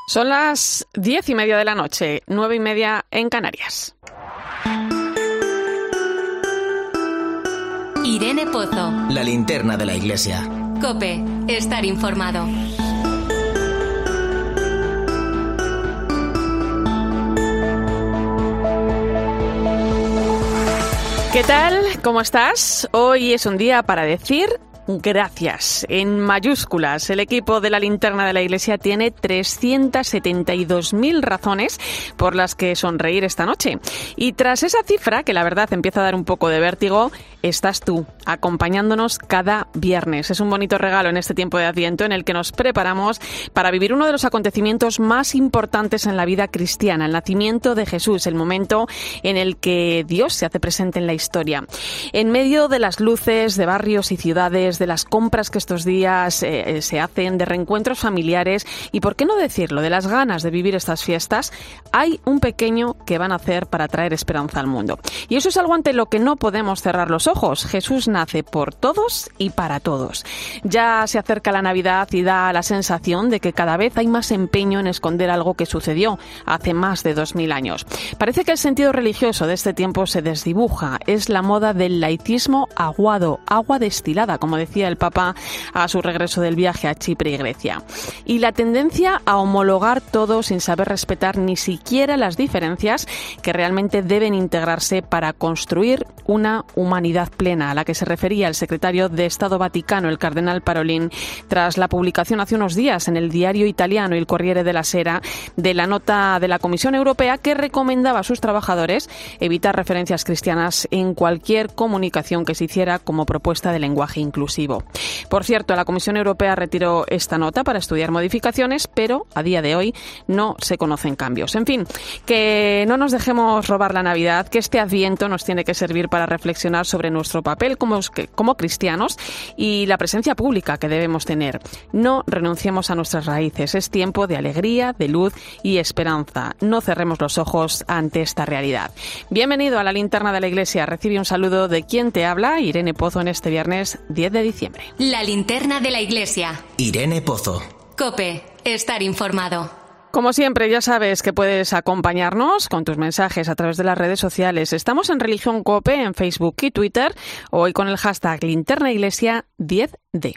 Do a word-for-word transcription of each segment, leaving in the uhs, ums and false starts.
Son las diez y media de la noche, nueve y media en Canarias. Irene Pozo. La linterna de la iglesia. COPE. Estar informado. ¿Qué tal? ¿Cómo estás? Hoy es un día para decir gracias, en mayúsculas. El equipo de la Linterna de la Iglesia tiene trescientas setenta y dos mil razones por las que sonreír esta noche. Y tras esa cifra, que la verdad empieza a dar un poco de vértigo, estás tú, acompañándonos cada viernes. Es un bonito regalo en este tiempo de Adviento en el que nos preparamos para vivir uno de los acontecimientos más importantes en la vida cristiana, el nacimiento de Jesús, el momento en el que Dios se hace presente en la historia. En medio de las luces de barrios y ciudades, de las compras que estos días eh, se hacen, de reencuentros familiares y, por qué no decirlo, de las ganas de vivir estas fiestas, hay un pequeño que van a hacer para traer esperanza al mundo. Y eso es algo ante lo que no podemos cerrar los ojos. Jesús nace por todos y para todos. Ya se acerca la Navidad y da la sensación de que cada vez hay más empeño en esconder algo que sucedió hace más de dos mil años. Parece que el sentido religioso de este tiempo se desdibuja. Es la moda del laicismo aguado, agua destilada, como decía el Papa a su regreso del viaje a Chipre y Grecia. Y la tendencia a homologar todo sin saber respetar ni siquiera las diferencias que realmente deben integrarse para construir una humanidad plena, a la que se refería el secretario de Estado Vaticano, el cardenal Parolin, tras la publicación hace unos días en el diario italiano Il Corriere della Sera de la nota de la Comisión Europea que recomendaba a sus trabajadores evitar referencias cristianas en cualquier comunicación que se hiciera como propuesta de lenguaje inclusivo. Por cierto, la Comisión Europea retiró esta nota para estudiar modificaciones, pero a día de hoy no se conocen cambios. En fin, que no nos dejemos robar la Navidad, que este Adviento nos tiene que servir para reflexionar sobre nuestro papel como, como cristianos y la presencia pública que debemos tener. No renunciemos a nuestras raíces. Es tiempo de alegría, de luz y esperanza. No cerremos los ojos ante esta realidad. Bienvenido a la Linterna de la Iglesia. Recibe un saludo de quien te habla, Irene Pozo, en este viernes diez de diciembre. La Linterna de la Iglesia. Irene Pozo. COPE. Estar informado. Como siempre, ya sabes que puedes acompañarnos con tus mensajes a través de las redes sociales. Estamos en Religión COPE en Facebook y Twitter, hoy con el hashtag Linterna Iglesia diez de.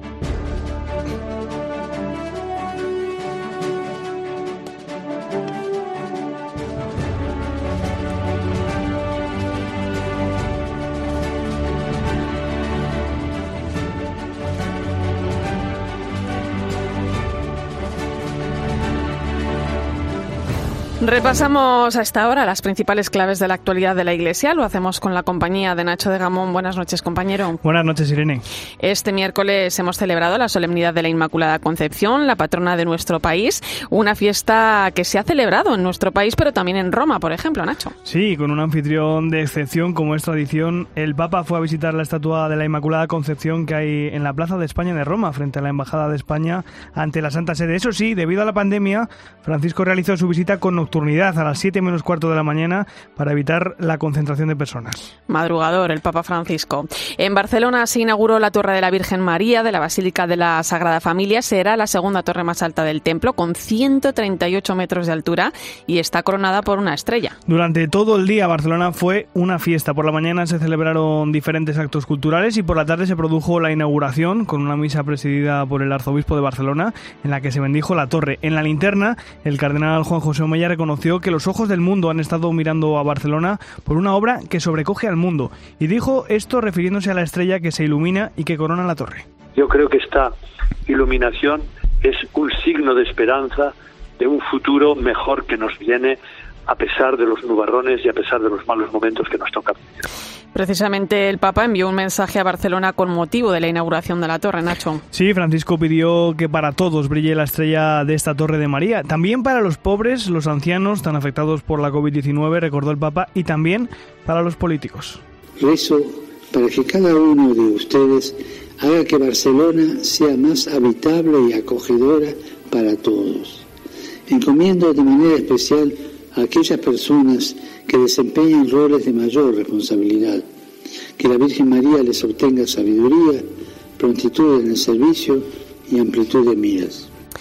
Repasamos a esta hora las principales claves de la actualidad de la Iglesia. Lo hacemos con la compañía de Nacho de Gamón. Buenas noches, compañero. Buenas noches, Irene. Este miércoles hemos celebrado la solemnidad de la Inmaculada Concepción, la patrona de nuestro país. Una fiesta que se ha celebrado en nuestro país, pero también en Roma, por ejemplo, Nacho. Sí, con un anfitrión de excepción, como es tradición. El Papa fue a visitar la estatua de la Inmaculada Concepción que hay en la Plaza de España de Roma, frente a la Embajada de España ante la Santa Sede. Eso sí, debido a la pandemia, Francisco realizó su visita con nocturnidad a las siete menos cuarto de la mañana para evitar la concentración de personas. Madrugador, el Papa Francisco. En Barcelona se inauguró la Torre de la Virgen María de la Basílica de la Sagrada Familia. Será la segunda torre más alta del templo, con ciento treinta y ocho metros de altura y está coronada por una estrella. Durante todo el día Barcelona fue una fiesta. Por la mañana se celebraron diferentes actos culturales y por la tarde se produjo la inauguración con una misa presidida por el arzobispo de Barcelona en la que se bendijo la torre. En la linterna, el cardenal Juan José Omeya reconoció que los ojos del mundo han estado mirando a Barcelona por una obra que sobrecoge al mundo. Y dijo esto refiriéndose a la estrella que se ilumina y que corona la torre. Yo creo que esta iluminación es un signo de esperanza de un futuro mejor que nos viene a pesar de los nubarrones y a pesar de los malos momentos que nos tocan. Precisamente el Papa envió un mensaje a Barcelona con motivo de la inauguración de la torre, Nacho. Sí, Francisco pidió que para todos brille la estrella de esta Torre de María. También para los pobres, los ancianos tan afectados por la covid diecinueve, recordó el Papa, y también para los políticos. Rezo para que cada uno de ustedes haga que Barcelona sea más habitable y acogedora para todos. Encomiendo de manera especial a aquellas personas que desempeñan roles de mayor responsabilidad. Que la Virgen María les obtenga sabiduría, prontitud en el servicio y amplitud de miras.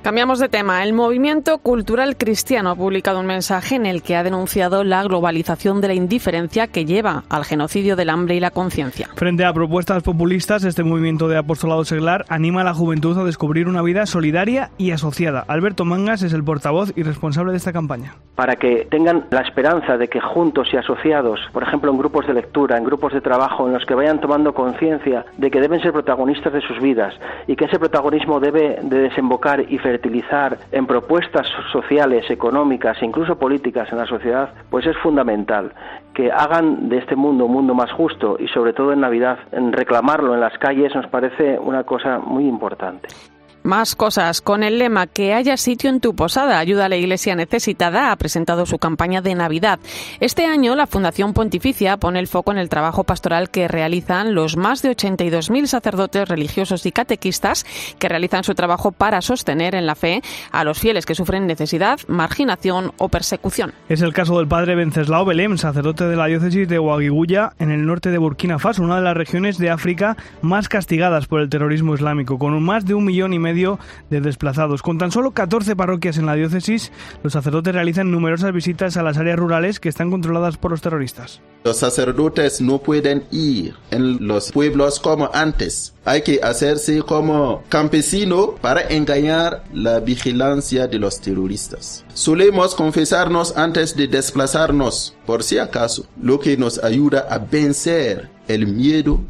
Cambiamos de tema. El Movimiento Cultural Cristiano ha publicado un mensaje en el que ha denunciado la globalización de la indiferencia que lleva al genocidio del hambre y la conciencia. Frente a propuestas populistas, este movimiento de apostolado seglar anima a la juventud a descubrir una vida solidaria y asociada. Alberto Mangas es el portavoz y responsable de esta campaña. Para que tengan la esperanza de que juntos y asociados, por ejemplo en grupos de lectura, en grupos de trabajo, en los que vayan tomando conciencia de que deben ser protagonistas de sus vidas y que ese protagonismo debe de desembocar y fertilizar en propuestas sociales, económicas e incluso políticas en la sociedad, pues es fundamental que hagan de este mundo un mundo más justo y sobre todo en Navidad, en reclamarlo en las calles nos parece una cosa muy importante. Más cosas. Con el lema "Que haya sitio en tu posada, ayuda a la Iglesia necesitada", ha presentado su campaña de Navidad. Este año la Fundación Pontificia pone el foco en el trabajo pastoral que realizan los más de ochenta y dos mil sacerdotes religiosos y catequistas que realizan su trabajo para sostener en la fe a los fieles que sufren necesidad, marginación o persecución. Es el caso del padre Venceslao Belém, sacerdote de la diócesis de Ouagadougou, en el norte de Burkina Faso, una de las regiones de África más castigadas por el terrorismo islámico, con más de un millón y medio de desplazados. Con tan solo catorce parroquias en la diócesis, los sacerdotes realizan numerosas visitas a las áreas rurales que están controladas por los terroristas. Los sacerdotes no pueden ir en los pueblos como antes. Hay que hacerse como campesino para engañar la vigilancia de los terroristas. Solemos confesarnos antes de desplazarnos, por si acaso, lo que nos ayuda a vencer el miedo.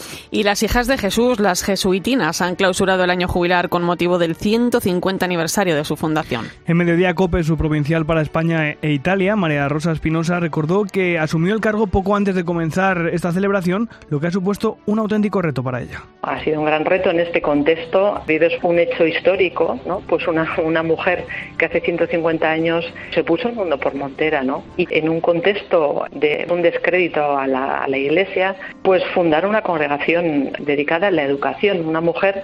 Y las Hijas de Jesús, las jesuitinas, han clausurado el año jubilar con motivo del ciento cincuenta aniversario de su fundación. En Mediodía Cope, su provincial para España e Italia, María Rosa Espinosa, recordó que asumió el cargo poco antes de comenzar esta celebración, lo que ha supuesto un auténtico reto para ella. Ha sido un gran reto en este contexto. Vives un hecho histórico, ¿no? Pues una, una mujer que hace ciento cincuenta años se puso el mundo por montera, ¿no? Y en un contexto de un descrédito a la, a la Iglesia, pues fundar una congregación dedicada a la educación, una mujer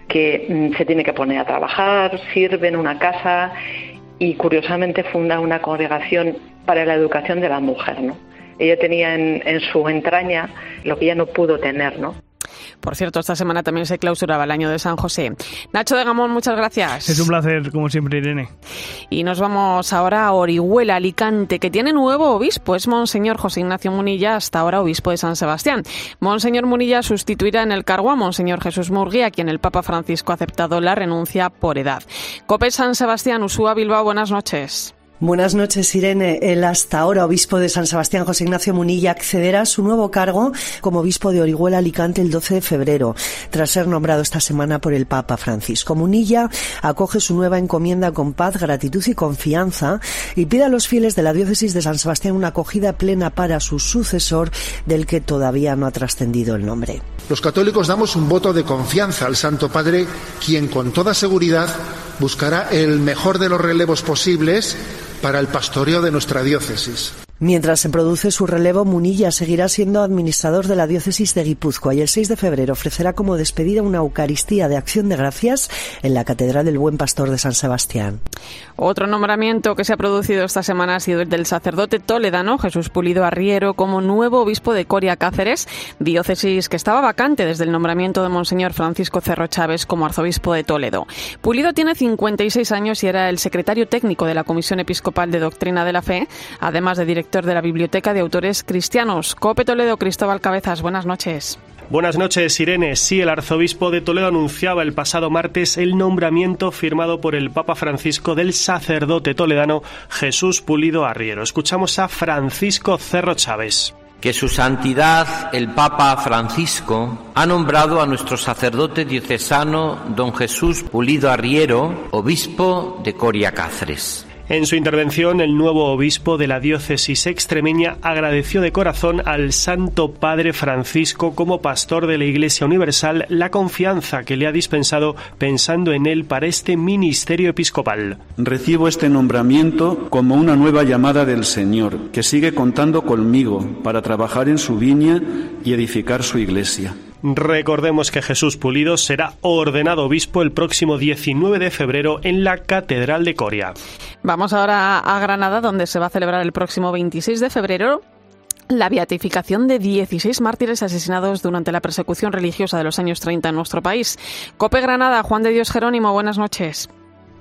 que se tiene que poner a trabajar, sirve en una casa y curiosamente funda una congregación para la educación de la mujer, ¿no? Ella tenía en, en su entraña lo que ella no pudo tener, ¿no? Por cierto, esta semana también se clausuraba el año de San José. Nacho de Gamón, muchas gracias. Es un placer, como siempre, Irene. Y nos vamos ahora a Orihuela, Alicante, que tiene nuevo obispo. Es Monseñor José Ignacio Munilla, hasta ahora obispo de San Sebastián. Monseñor Munilla sustituirá en el cargo a Monseñor Jesús Murgui, a quien el Papa Francisco ha aceptado la renuncia por edad. COPE San Sebastián, Usúa Bilbao, buenas noches. Buenas noches, Irene. El hasta ahora obispo de San Sebastián, José Ignacio Munilla, accederá a su nuevo cargo como obispo de Orihuela, Alicante, el doce de febrero, tras ser nombrado esta semana por el Papa Francisco. Munilla acoge su nueva encomienda con paz, gratitud y confianza y pide a los fieles de la diócesis de San Sebastián una acogida plena para su sucesor, del que todavía no ha trascendido el nombre. Los católicos damos un voto de confianza al Santo Padre, quien con toda seguridad buscará el mejor de los relevos posibles para el pastoreo de nuestra diócesis. Mientras se produce su relevo, Munilla seguirá siendo administrador de la diócesis de Guipúzcoa y el seis de febrero ofrecerá como despedida una Eucaristía de Acción de Gracias en la Catedral del Buen Pastor de San Sebastián. Otro nombramiento que se ha producido esta semana ha sido el del sacerdote toledano Jesús Pulido Arriero como nuevo obispo de Coria Cáceres, diócesis que estaba vacante desde el nombramiento de Monseñor Francisco Cerro Chávez como arzobispo de Toledo. Pulido tiene cincuenta y seis años y era el secretario técnico de la Comisión Episcopal de Doctrina de la Fe, además de director de la Biblioteca de Autores Cristianos. COPE Toledo, Cristóbal Cabezas, buenas noches. Buenas noches, Irene. Sí, el arzobispo de Toledo anunciaba el pasado martes el nombramiento firmado por el Papa Francisco del sacerdote toledano Jesús Pulido Arriero. Escuchamos a Francisco Cerro Chávez. Que su santidad, el Papa Francisco, ha nombrado a nuestro sacerdote diocesano, don Jesús Pulido Arriero, obispo de Coria Cáceres. En su intervención, el nuevo obispo de la diócesis extremeña agradeció de corazón al Santo Padre Francisco como pastor de la Iglesia Universal la confianza que le ha dispensado pensando en él para este ministerio episcopal. Recibo este nombramiento como una nueva llamada del Señor, que sigue contando conmigo para trabajar en su viña y edificar su Iglesia. Recordemos que Jesús Pulido será ordenado obispo el próximo diecinueve de febrero en la Catedral de Coria. Vamos ahora a Granada, donde se va a celebrar el próximo veintiséis de febrero la beatificación de dieciséis mártires asesinados durante la persecución religiosa de los años treinta en nuestro país. COPE Granada, Juan de Dios Jerónimo, buenas noches.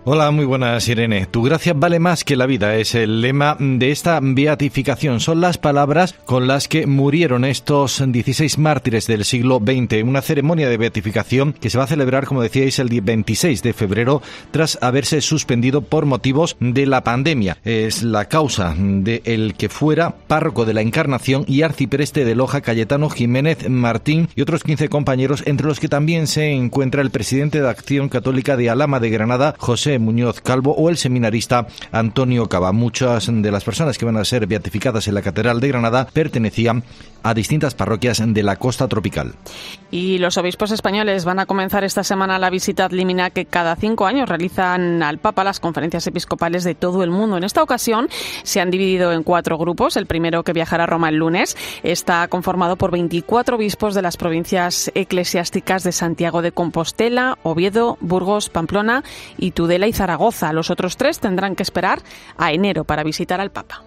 Hola, muy buenas, Irene. Tu gracia vale más que la vida es el lema de esta beatificación. Son las palabras con las que murieron estos dieciséis mártires del siglo veinte. Una ceremonia de beatificación que se va a celebrar, como decíais, el veintiséis de febrero tras haberse suspendido por motivos de la pandemia. Es la causa de el que fuera párroco de la Encarnación y arcipreste de Loja, Cayetano Jiménez Martín, y otros quince compañeros, entre los que también se encuentra el presidente de Acción Católica de Alhama de Granada, José Muñoz Calvo, o el seminarista Antonio Cava. Muchas de las personas que van a ser beatificadas en la Catedral de Granada pertenecían a distintas parroquias de la costa tropical. Y los obispos españoles van a comenzar esta semana la visita ad limina que cada cinco años realizan al Papa las conferencias episcopales de todo el mundo. En esta ocasión se han dividido en cuatro grupos. El primero, que viajará a Roma el lunes, está conformado por veinticuatro obispos de las provincias eclesiásticas de Santiago de Compostela, Oviedo, Burgos, Pamplona y Tudela y Zaragoza. Los otros tres tendrán que esperar a enero para visitar al Papa.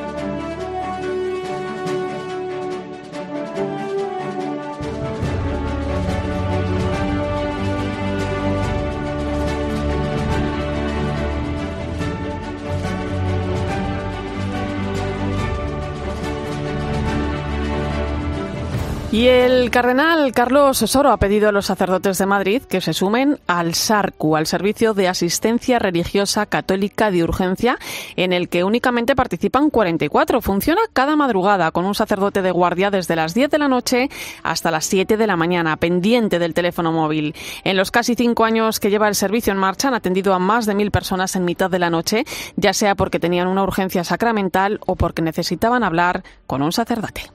Y el cardenal Carlos Osoro ha pedido a los sacerdotes de Madrid que se sumen al SARCU, al Servicio de Asistencia Religiosa Católica de Urgencia, en el que únicamente participan cuarenta y cuatro. Funciona cada madrugada con un sacerdote de guardia desde las diez de la noche hasta las siete de la mañana, pendiente del teléfono móvil. En los casi cinco años que lleva el servicio en marcha, han atendido a más de mil personas en mitad de la noche, ya sea porque tenían una urgencia sacramental o porque necesitaban hablar con un sacerdote.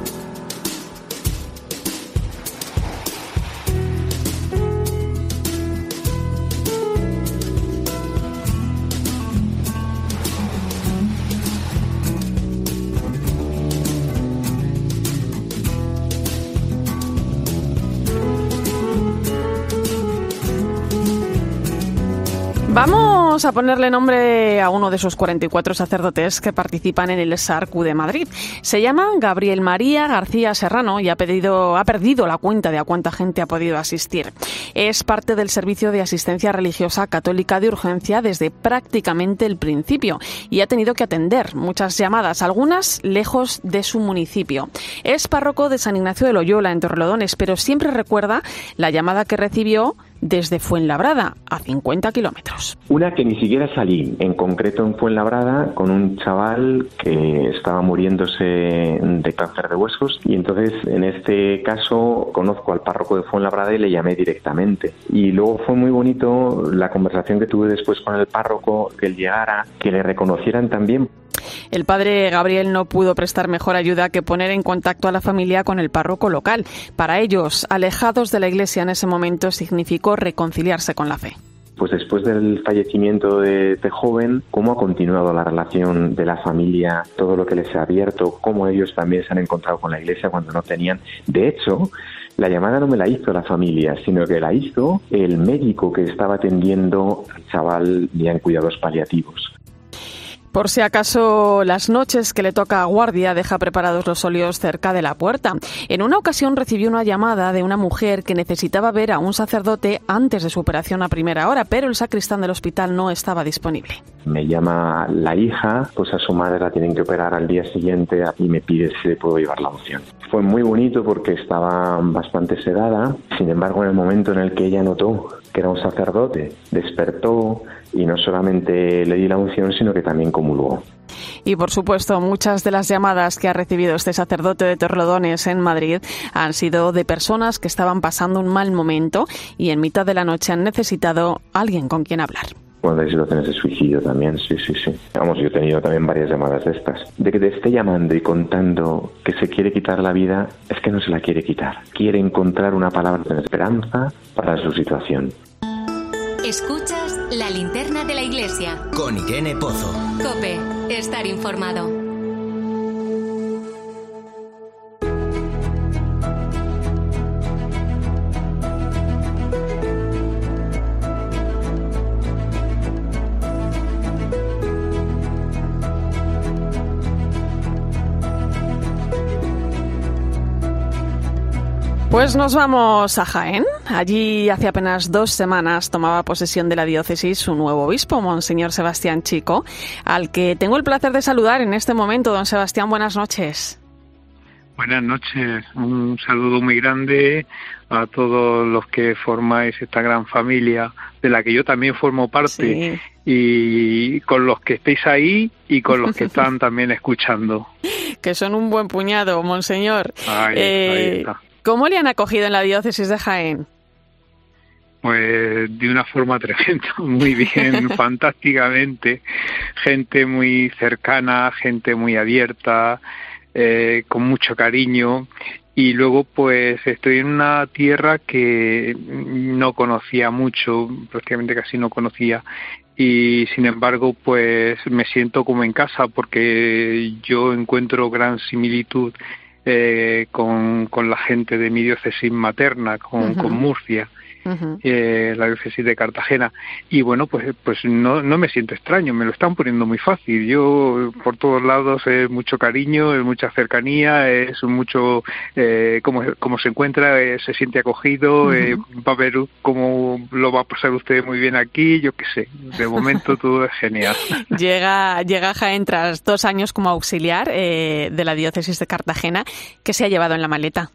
Vamos a ponerle nombre a uno de esos cuarenta y cuatro sacerdotes que participan en el SARCU de Madrid. Se llama Gabriel María García Serrano y ha, pedido, ha perdido la cuenta de a cuánta gente ha podido asistir. Es parte del Servicio de Asistencia Religiosa Católica de Urgencia desde prácticamente el principio y ha tenido que atender muchas llamadas, algunas lejos de su municipio. Es párroco de San Ignacio de Loyola, en Torrelodones, pero siempre recuerda la llamada que recibió desde Fuenlabrada, a cincuenta kilómetros. Una que ni siquiera salí, en concreto en Fuenlabrada, con un chaval que estaba muriéndose de cáncer de huesos, y entonces en este caso conozco al párroco de Fuenlabrada y le llamé directamente. Y luego fue muy bonito la conversación que tuve después con el párroco, que él llegara, que le reconocieran también. El padre Gabriel no pudo prestar mejor ayuda que poner en contacto a la familia con el párroco local. Para ellos, alejados de la iglesia en ese momento, significó reconciliarse con la fe. Pues después del fallecimiento de este joven, cómo ha continuado la relación de la familia, todo lo que les ha abierto, cómo ellos también se han encontrado con la iglesia cuando no tenían. De hecho, la llamada no me la hizo la familia, sino que la hizo el médico que estaba atendiendo al chaval ya en cuidados paliativos. Por si acaso las noches que le toca a guardia, deja preparados los óleos cerca de la puerta. En una ocasión recibió una llamada de una mujer que necesitaba ver a un sacerdote antes de su operación a primera hora, pero el sacristán del hospital no estaba disponible. Me llama la hija, pues a su madre la tienen que operar al día siguiente y me pide si le puedo llevar la unción. Fue muy bonito porque estaba bastante sedada, sin embargo en el momento en el que ella notó que era un sacerdote, despertó y no solamente le di la unción, sino que también comulgó. Y por supuesto, muchas de las llamadas que ha recibido este sacerdote de Torrelodones en Madrid han sido de personas que estaban pasando un mal momento y en mitad de la noche han necesitado a alguien con quien hablar. Cuando hay situaciones de suicidio también, sí, sí, sí. Vamos, yo he tenido también varias llamadas de estas. De que te esté llamando y contando que se quiere quitar la vida, es que no se la quiere quitar. Quiere encontrar una palabra de esperanza para su situación. Escuchas la linterna de la iglesia. Con Irene Pozo. COPE, estar informado. Pues nos vamos a Jaén. Allí hace apenas dos semanas tomaba posesión de la diócesis su nuevo obispo, Monseñor Sebastián Chico, al que tengo el placer de saludar en este momento. Don Sebastián, buenas noches. Buenas noches, un saludo muy grande a todos los que formáis esta gran familia de la que yo también formo parte, sí. Y con los que estéis ahí y con los que están también escuchando. Que son un buen puñado, Monseñor. Ahí, eh, ahí está. ¿Cómo le han acogido en la diócesis de Jaén? Pues de una forma tremenda, muy bien, fantásticamente. Gente muy cercana, gente muy abierta, eh, con mucho cariño. Y luego pues estoy en una tierra que no conocía mucho, prácticamente casi no conocía. Y sin embargo pues me siento como en casa porque yo encuentro gran similitud eh, con, con la gente de mi diócesis materna, con, uh-huh. con Murcia. Uh-huh. Eh, la diócesis de Cartagena, y bueno, pues pues no no me siento extraño, me lo están poniendo muy fácil. Yo por todos lados es mucho cariño, es mucha cercanía, es mucho eh, cómo, cómo se encuentra, eh, se siente acogido, uh-huh. eh, va a ver cómo lo va a pasar usted muy bien aquí, yo qué sé, de momento todo es genial. Llega, llega Jaén tras dos años como auxiliar eh, de la diócesis de Cartagena. ¿Qué se ha llevado en la maleta?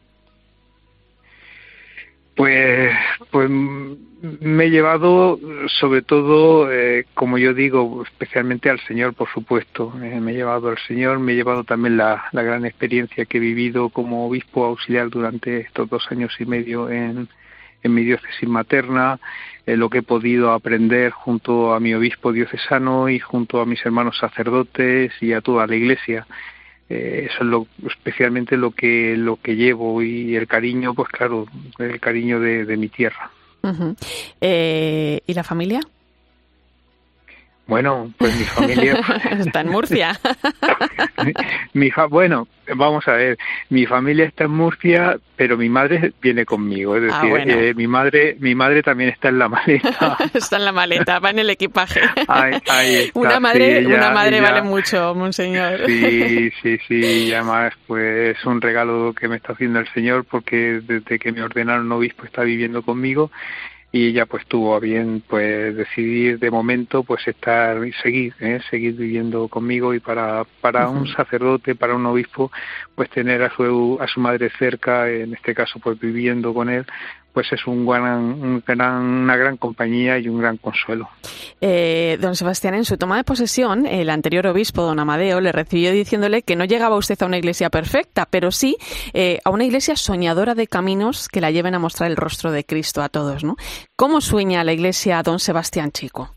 Pues, pues me he llevado sobre todo, eh, como yo digo, especialmente al Señor, por supuesto. Eh, me he llevado al Señor, me he llevado también la, la gran experiencia que he vivido como obispo auxiliar durante estos dos años y medio en, en mi diócesis materna, eh, lo que he podido aprender junto a mi obispo diocesano y junto a mis hermanos sacerdotes y a toda la Iglesia. Eh, eso es lo, especialmente lo que lo que llevo, y el cariño, pues claro, el cariño de, de mi tierra. Uh-huh. Eh, ¿Y la familia? Bueno, pues mi familia está en Murcia. mi, mi fa, bueno, vamos a ver, mi familia está en Murcia, pero mi madre viene conmigo, es decir, ah, bueno. eh, mi madre mi madre también está en la maleta. Está en la maleta, va en el equipaje. Ahí, ahí está, una madre, sí, ella, una madre ella, vale mucho, monseñor. Sí, sí, sí, y además pues es un regalo que me está haciendo el Señor, porque desde que me ordenaron obispo está viviendo conmigo. Y ella pues tuvo a bien pues decidir de momento pues estar y seguir, ¿eh? seguir viviendo conmigo, y para para uh-huh. un sacerdote, para un obispo, pues tener a su a su madre cerca, en este caso pues viviendo con él, pues es un gran, un gran, una gran compañía y un gran consuelo. Eh, don Sebastián, en su toma de posesión, el anterior obispo, don Amadeo, le recibió diciéndole que no llegaba usted a una iglesia perfecta, pero sí eh, a una iglesia soñadora de caminos que la lleven a mostrar el rostro de Cristo a todos, ¿no? ¿Cómo sueña la iglesia don Sebastián Chico?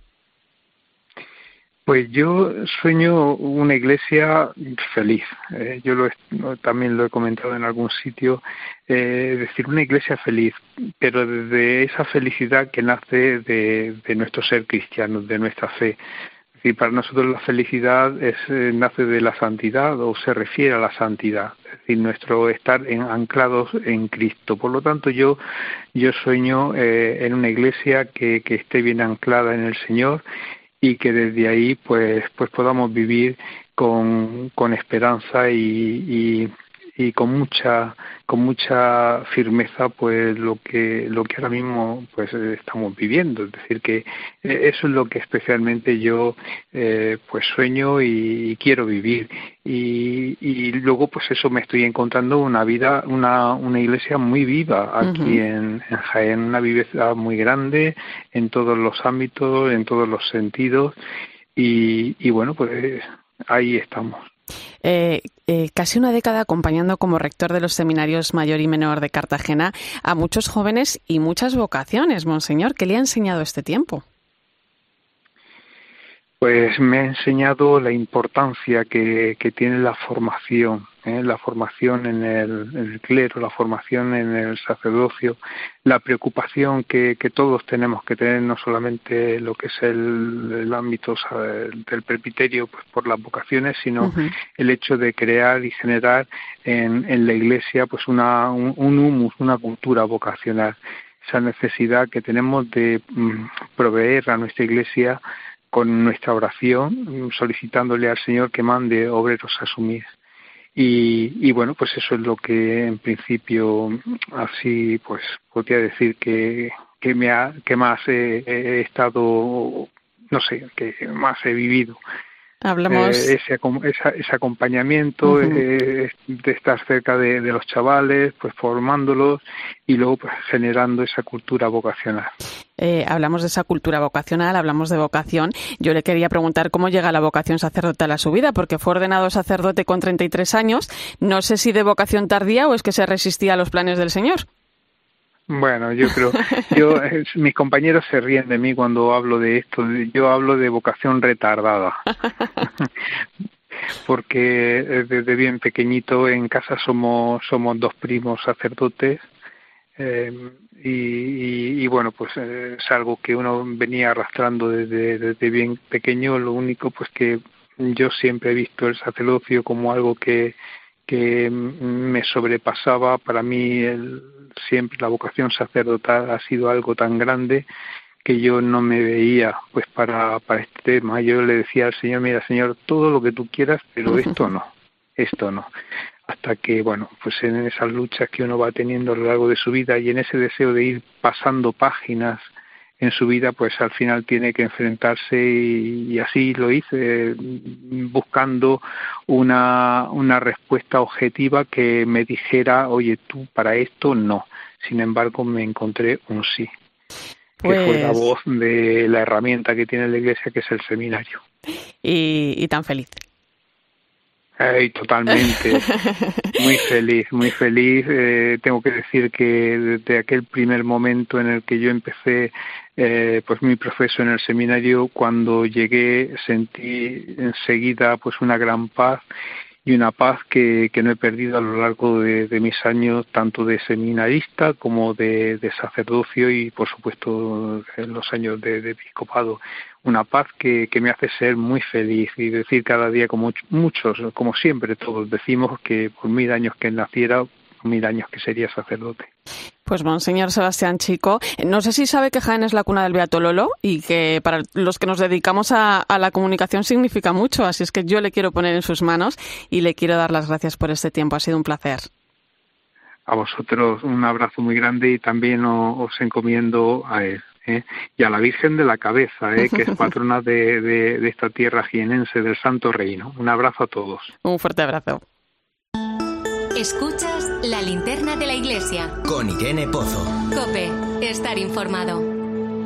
Pues yo sueño una iglesia feliz. Eh, yo lo he, también lo he comentado en algún sitio, eh, es decir, una iglesia feliz, pero desde esa felicidad que nace de, de nuestro ser cristiano, de nuestra fe. Es decir, para nosotros la felicidad es, eh, nace de la santidad, o se refiere a la santidad, es decir, nuestro estar en, anclados en Cristo. Por lo tanto, yo yo sueño eh, en una iglesia que, que esté bien anclada en el Señor, y que desde ahí pues pues podamos vivir con, con esperanza y, y, y con mucha con mucha firmeza pues lo que lo que ahora mismo pues estamos viviendo. Es decir, que eso es lo que especialmente yo eh, pues sueño y, y quiero vivir, y, y luego pues eso me estoy encontrando una vida una una iglesia muy viva aquí uh-huh. en, en Jaén, una viveza muy grande en todos los ámbitos, en todos los sentidos, y, y bueno, pues ahí estamos. Eh, eh, casi una década acompañando como rector de los seminarios mayor y menor de Cartagena a muchos jóvenes y muchas vocaciones, monseñor. ¿Qué le ha enseñado este tiempo? Pues me ha enseñado la importancia que, que tiene la formación, ¿eh? la formación en el, en el clero, la formación en el sacerdocio, la preocupación que, que todos tenemos que tener, no solamente lo que es el, el ámbito del presbiterio pues por las vocaciones, sino uh-huh. el hecho de crear y generar en, en la Iglesia pues una un, un humus, una cultura vocacional, esa necesidad que tenemos de mm, proveer a nuestra Iglesia con nuestra oración, solicitándole al Señor que mande obreros a asumir. Y, y bueno, pues eso es lo que en principio así pues podría decir que, que, me ha, que más he, he estado, no sé, que más he vivido. Hablamos... Eh, ese, ese, ese acompañamiento, uh-huh. eh, de estar cerca de, de los chavales, pues formándolos y luego pues generando esa cultura vocacional. Eh, hablamos de esa cultura vocacional, hablamos de vocación. Yo le quería preguntar cómo llega la vocación sacerdotal a su vida, porque fue ordenado sacerdote con treinta y tres años. No sé si de vocación tardía o es que se resistía a los planes del Señor. Bueno, yo creo, yo mis compañeros se ríen de mí cuando hablo de esto. Yo hablo de vocación retardada, porque desde bien pequeñito en casa somos somos dos primos sacerdotes. Eh, y, y, y bueno, pues eh, es algo que uno venía arrastrando desde, desde bien pequeño. Lo único pues que yo siempre he visto el sacerdocio como algo que, que me sobrepasaba. Para mí el, siempre la vocación sacerdotal ha sido algo tan grande que yo no me veía pues para, para este tema. Yo le decía al Señor, mira Señor, todo lo que tú quieras, pero esto no, esto no. Hasta que, bueno, pues en esas luchas que uno va teniendo a lo largo de su vida y en ese deseo de ir pasando páginas en su vida, pues al final tiene que enfrentarse y, y así lo hice, buscando una, una respuesta objetiva que me dijera, oye, tú para esto no. Sin embargo, me encontré un sí, pues... que fue la voz de la herramienta que tiene la Iglesia, que es el seminario. Y, y tan feliz. Ay, totalmente, muy feliz, muy feliz. Eh, tengo que decir que desde aquel primer momento en el que yo empecé eh, pues mi proceso en el seminario, cuando llegué sentí enseguida pues una gran paz y una paz que, que no he perdido a lo largo de, de mis años, tanto de seminarista como de, de sacerdocio y por supuesto en los años de, de episcopado. Una paz que, que me hace ser muy feliz y decir cada día, como muchos, como siempre todos decimos, que por mil años que naciera, mil años que sería sacerdote. Pues Monseñor Sebastián Chico, no sé si sabe que Jaén es la cuna del Beato Lolo y que para los que nos dedicamos a, a la comunicación significa mucho, así es que yo le quiero poner en sus manos y le quiero dar las gracias por este tiempo, ha sido un placer. A vosotros un abrazo muy grande y también os, os encomiendo a él. ¿Eh? Y a la Virgen de la Cabeza, ¿eh? que es patrona de, de, de esta tierra jienense, del Santo Reino. Un abrazo a todos. Un fuerte abrazo. Escuchas la linterna de la Iglesia. Con Irene Pozo. COPE, estar informado.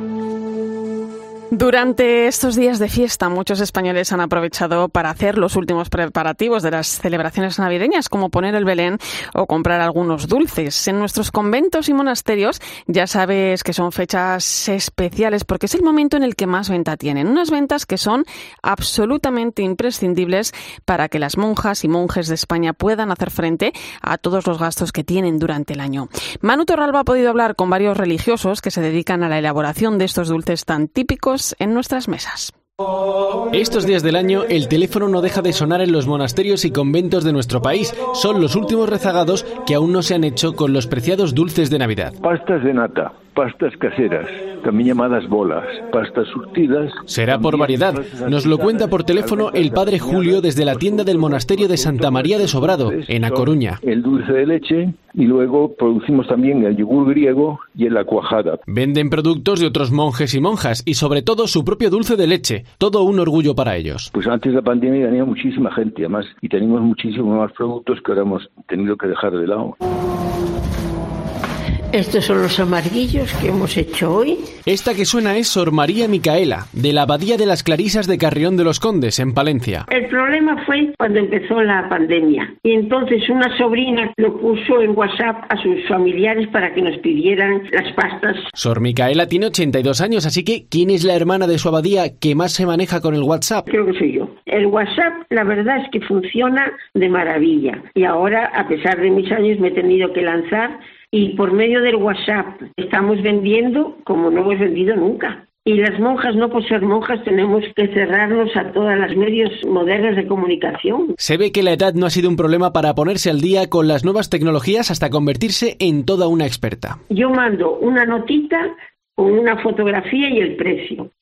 Durante estos días de fiesta, muchos españoles han aprovechado para hacer los últimos preparativos de las celebraciones navideñas, como poner el Belén o comprar algunos dulces. En nuestros conventos y monasterios ya sabes que son fechas especiales porque es el momento en el que más venta tienen. Unas ventas que son absolutamente imprescindibles para que las monjas y monjes de España puedan hacer frente a todos los gastos que tienen durante el año. Manu Torralba ha podido hablar con varios religiosos que se dedican a la elaboración de estos dulces tan típicos en nuestras mesas. Estos días del año el teléfono no deja de sonar en los monasterios y conventos de nuestro país. Son los últimos rezagados que aún no se han hecho con los preciados dulces de Navidad. Pastas de nata, pastas caseras, también llamadas bolas, pastas surtidas... Será por variedad. Nos lo cuenta por teléfono el padre Julio desde la tienda del monasterio de Santa María de Sobrado, en A Coruña. El dulce de leche y luego producimos también el yogur griego y la cuajada. Venden productos de otros monjes y monjas y sobre todo su propio dulce de leche. Todo un orgullo para ellos. Pues antes de la pandemia venía muchísima gente, además, y tenemos muchísimos más productos que ahora hemos tenido que dejar de lado. Estos son los amarguillos que hemos hecho hoy. Esta que suena es Sor María Micaela, de la Abadía de las Clarisas de Carrión de los Condes, en Palencia. El problema fue cuando empezó la pandemia. Y entonces una sobrina lo puso en WhatsApp a sus familiares para que nos pidieran las pastas. Sor Micaela tiene ochenta y dos años, así que ¿quién es la hermana de su abadía que más se maneja con el WhatsApp? Creo que soy yo. El WhatsApp, la verdad es que funciona de maravilla. Y ahora, a pesar de mis años, me he tenido que lanzar. Y por medio del WhatsApp estamos vendiendo como no hemos vendido nunca. Y las monjas, no por ser monjas, tenemos que cerrarnos a todos los medios modernos de comunicación. Se ve que la edad no ha sido un problema para ponerse al día con las nuevas tecnologías hasta convertirse en toda una experta. Yo mando una notita con una fotografía y el precio.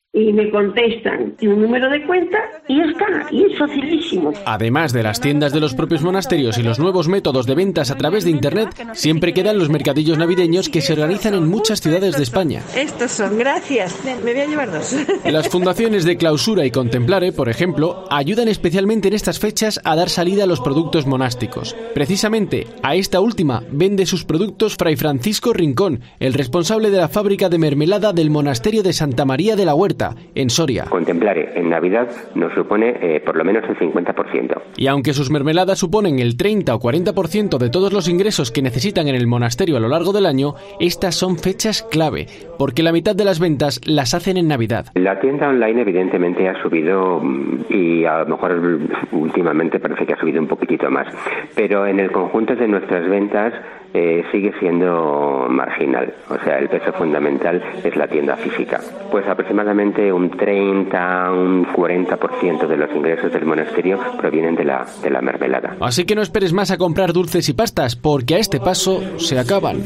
y me contestan y un número de cuenta y ya está, y es facilísimo. Además de las tiendas de los propios monasterios y los nuevos métodos de ventas a través de Internet, siempre quedan los mercadillos navideños que se organizan en muchas ciudades de España. Estos son, gracias. Me voy a llevar dos. Las fundaciones de Clausura y Contemplare, por ejemplo, ayudan especialmente en estas fechas a dar salida a los productos monásticos. Precisamente a esta última vende sus productos Fray Francisco Rincón, el responsable de la fábrica de mermelada del monasterio de Santa María de la Huerta, en Soria. Contemplare en Navidad nos supone eh, por lo menos el cincuenta por ciento. Y aunque sus mermeladas suponen el treinta o cuarenta por ciento de todos los ingresos que necesitan en el monasterio a lo largo del año, estas son fechas clave, porque la mitad de las ventas las hacen en Navidad. La tienda online evidentemente ha subido y a lo mejor últimamente parece que ha subido un poquitito más, pero en el conjunto de nuestras ventas eh, sigue siendo marginal, o sea, el peso fundamental es la tienda física. Pues aproximadamente un treinta, un cuarenta por ciento de los ingresos del monasterio provienen de la, de la mermelada. Así que no esperes más a comprar dulces y pastas, porque a este paso se acaban.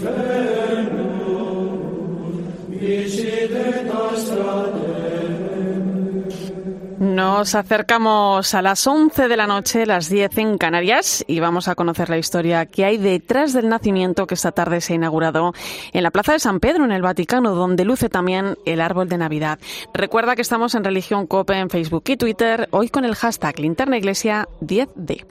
Nos acercamos a las once de la noche, las diez en Canarias, y vamos a conocer la historia que hay detrás del nacimiento que esta tarde se ha inaugurado en la Plaza de San Pedro, en el Vaticano, donde luce también el árbol de Navidad. Recuerda que estamos en Religión Cope en Facebook y Twitter, hoy con el hashtag Linterna Iglesia diez D.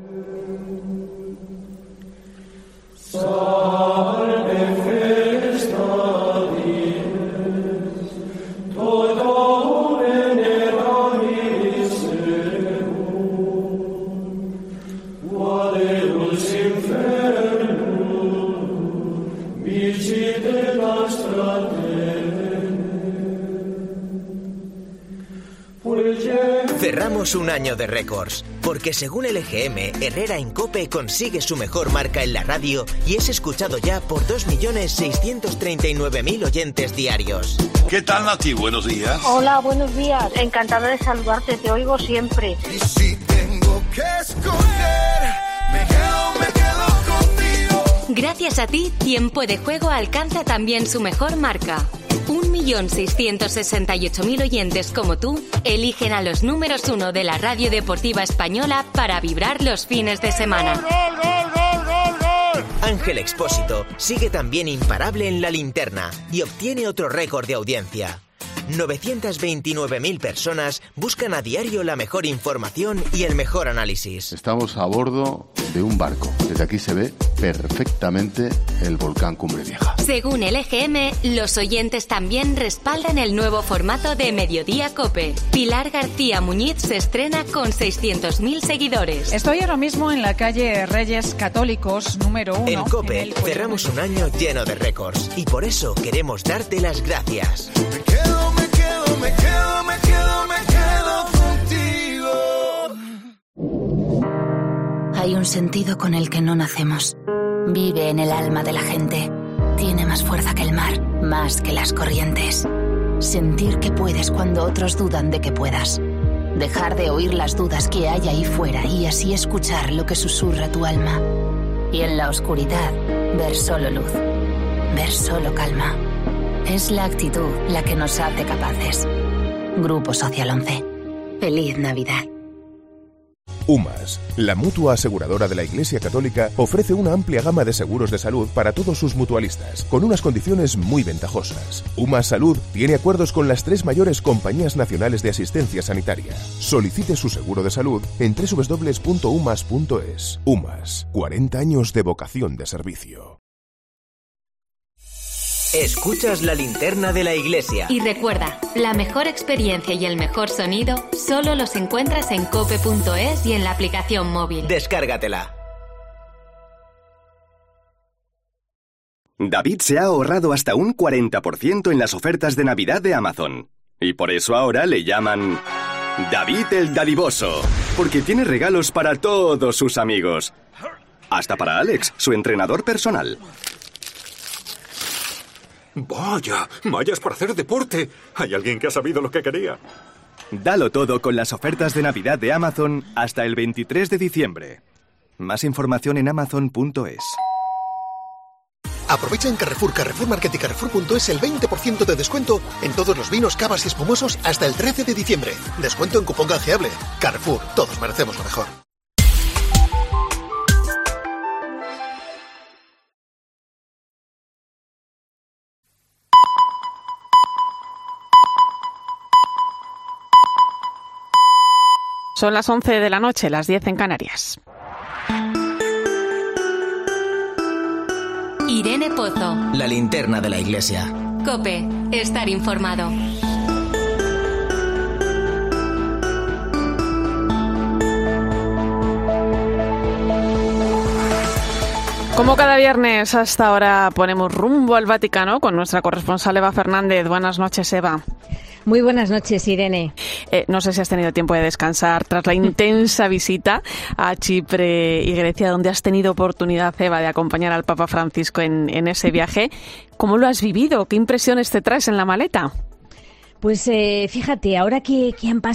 Cerramos un año de récords, porque según el E G M, Herrera en COPE consigue su mejor marca en la radio y es escuchado ya por dos millones seiscientos treinta y nueve mil oyentes diarios. ¿Qué tal, Nati? Buenos días. Hola, buenos días. Encantada de saludarte, te oigo siempre. Y si tengo que escoger, me quedo, me quedo contigo. Gracias a ti, Tiempo de Juego alcanza también su mejor marca. un millón seiscientos sesenta y ocho mil oyentes como tú eligen a los números uno de la radio deportiva española para vibrar los fines de semana. ¡Gol, gol, gol, gol, gol, gol! Ángel Expósito sigue también imparable en la linterna y obtiene otro récord de audiencia. novecientas veintinueve mil personas buscan a diario la mejor información y el mejor análisis. Estamos a bordo de un barco. Desde aquí se ve perfectamente el volcán Cumbre Vieja. Según el E G M, los oyentes también respaldan el nuevo formato de Mediodía Cope. Pilar García Muñiz se estrena con seiscientos mil seguidores. Estoy ahora mismo en la calle Reyes Católicos número uno. En COPE en cerramos un año lleno de récords y por eso queremos darte las gracias. Me quedo, me quedo, me quedo, me quedo, me quedo contigo. Hay un sentido con el que no nacemos. Vive en el alma de la gente. Tiene más fuerza que el mar, más que las corrientes. Sentir que puedes cuando otros dudan de que puedas. Dejar de oír las dudas que hay ahí fuera y así escuchar lo que susurra tu alma. Y en la oscuridad, ver solo luz. Ver solo calma. Es la actitud la que nos hace capaces. Grupo Social once. Feliz Navidad. UMAS, la mutua aseguradora de la Iglesia Católica, ofrece una amplia gama de seguros de salud para todos sus mutualistas, con unas condiciones muy ventajosas. UMAS Salud tiene acuerdos con las tres mayores compañías nacionales de asistencia sanitaria. Solicite su seguro de salud en doble u doble u doble u punto umas punto es. UMAS, cuarenta años de vocación de servicio. Escuchas la linterna de la iglesia. Y recuerda, la mejor experiencia y el mejor sonido solo los encuentras en cope punto es y en la aplicación móvil. Descárgatela. David se ha ahorrado hasta un cuarenta por ciento en las ofertas de Navidad de Amazon. Y por eso ahora le llaman David el Dadivoso, porque tiene regalos para todos sus amigos. Hasta para Alex, su entrenador personal. Vaya, mallas para hacer deporte. Hay alguien que ha sabido lo que quería. Dalo todo con las ofertas de Navidad de Amazon hasta el veintitrés de diciembre. Más información en amazon punto es. Aprovecha en Carrefour, Carrefour Market y Carrefour punto es el veinte por ciento de descuento en todos los vinos, cavas y espumosos hasta el trece de diciembre. Descuento en cupón canjeable. Carrefour, todos merecemos lo mejor. Son las once de la noche, las diez en Canarias. Irene Pozo. La linterna de la iglesia. COPE. Estar informado. Como cada viernes, hasta ahora ponemos rumbo al Vaticano con nuestra corresponsal Eva Fernández. Buenas noches, Eva. Muy buenas noches, Irene. Eh, no sé si has tenido tiempo de descansar tras la intensa visita a Chipre y Grecia, donde has tenido oportunidad, Eva, de acompañar al Papa Francisco en, en ese viaje. ¿Cómo lo has vivido? ¿Qué impresiones te traes en la maleta? Pues eh, fíjate, ahora que, que han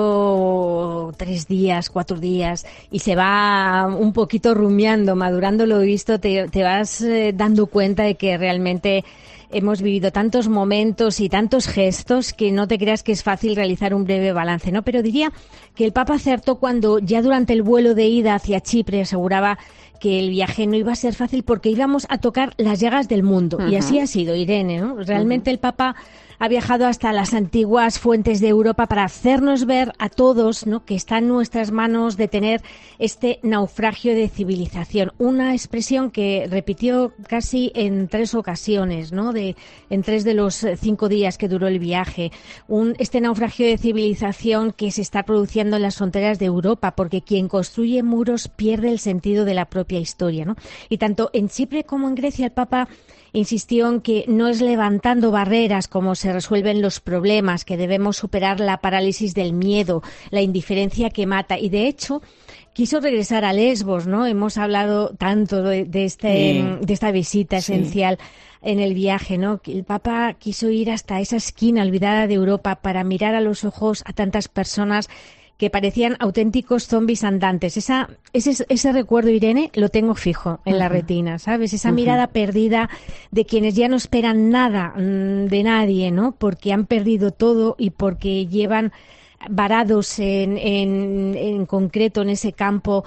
pasado tres días, cuatro días y se va un poquito rumiando, madurando lo visto, te, te vas eh, dando cuenta de que realmente hemos vivido tantos momentos y tantos gestos que no te creas que es fácil realizar un breve balance, ¿no? Pero diría que el Papa acertó cuando ya durante el vuelo de ida hacia Chipre aseguraba que el viaje no iba a ser fácil porque íbamos a tocar las llagas del mundo. Uh-huh. Y así ha sido, Irene, ¿no? Realmente uh-huh. el Papa ha viajado hasta las antiguas fuentes de Europa para hacernos ver a todos, ¿no?, que está en nuestras manos detener este naufragio de civilización. Una expresión que repitió casi en tres ocasiones, ¿no?, de, en tres de los cinco días que duró el viaje. Un, este naufragio de civilización que se está produciendo en las fronteras de Europa, porque quien construye muros pierde el sentido de la propia historia, ¿no? Y tanto en Chipre como en Grecia el Papa insistió en que no es levantando barreras como se resuelven los problemas, que debemos superar la parálisis del miedo, la indiferencia que mata. Y de hecho quiso regresar a Lesbos, ¿no? Hemos hablado tanto de, de, este, sí. de esta visita sí. esencial en el viaje, ¿no? El Papa quiso ir hasta esa esquina olvidada de Europa para mirar a los ojos a tantas personas que parecían auténticos zombies andantes. Esa, ese, ese recuerdo, Irene, lo tengo fijo en uh-huh. la retina, ¿sabes? Esa uh-huh. mirada perdida de quienes ya no esperan nada mmm, de nadie, ¿no? Porque han perdido todo y porque llevan varados en, en, en concreto en ese campo,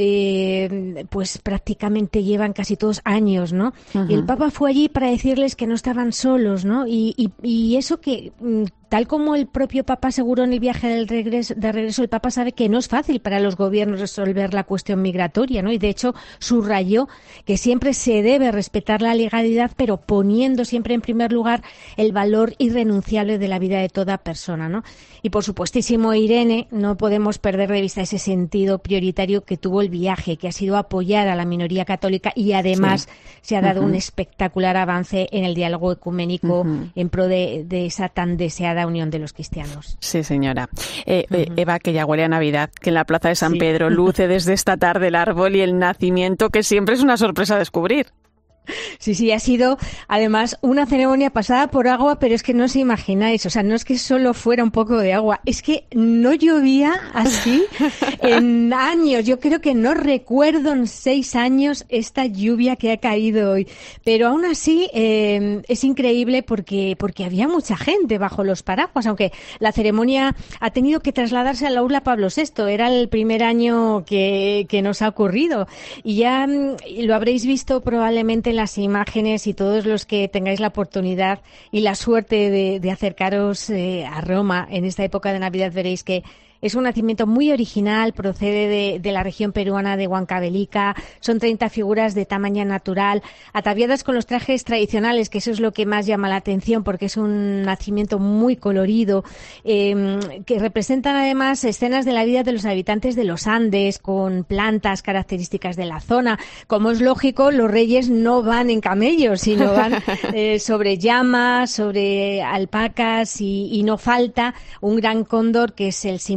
eh, pues prácticamente llevan casi todos años, ¿no? Uh-huh. Y el Papa fue allí para decirles que no estaban solos, ¿no? Y, y, y eso que, tal como el propio Papa aseguró en el viaje del regreso, de regreso, el Papa sabe que no es fácil para los gobiernos resolver la cuestión migratoria, ¿no? Y de hecho subrayó que siempre se debe respetar la legalidad, pero poniendo siempre en primer lugar el valor irrenunciable de la vida de toda persona, ¿no? Y por supuestísimo, Irene, no podemos perder de vista ese sentido prioritario que tuvo el viaje, que ha sido apoyar a la minoría católica y además sí. se ha dado uh-huh. un espectacular avance en el diálogo ecuménico uh-huh. en pro de, de esa tan deseada unión de los cristianos. Sí, señora. Eh, uh-huh. Eva, que ya huele a Navidad, que en la Plaza de San sí. Pedro luce desde esta tarde el árbol y el nacimiento, que siempre es una sorpresa descubrir. Sí, sí, ha sido además una ceremonia pasada por agua, pero es que no os imagináis, o sea, no es que solo fuera un poco de agua, es que no llovía así en años. Yo creo que no recuerdo en seis años esta lluvia que ha caído hoy, pero aún así eh, es increíble porque, porque había mucha gente bajo los paraguas, aunque la ceremonia ha tenido que trasladarse al aula Pablo sexto, era el primer año que, que nos ha ocurrido y ya lo habréis visto probablemente las imágenes y todos los que tengáis la oportunidad y la suerte de, de acercaros eh, a Roma en esta época de Navidad veréis que es un nacimiento muy original, procede de, de la región peruana de Huancavelica, son treinta figuras de tamaño natural, ataviadas con los trajes tradicionales, que eso es lo que más llama la atención, porque es un nacimiento muy colorido, eh, que representan además escenas de la vida de los habitantes de los Andes, con plantas características de la zona. Como es lógico, los reyes no van en camellos, sino van eh, sobre llamas, sobre alpacas, y, y no falta un gran cóndor, que es el símbolo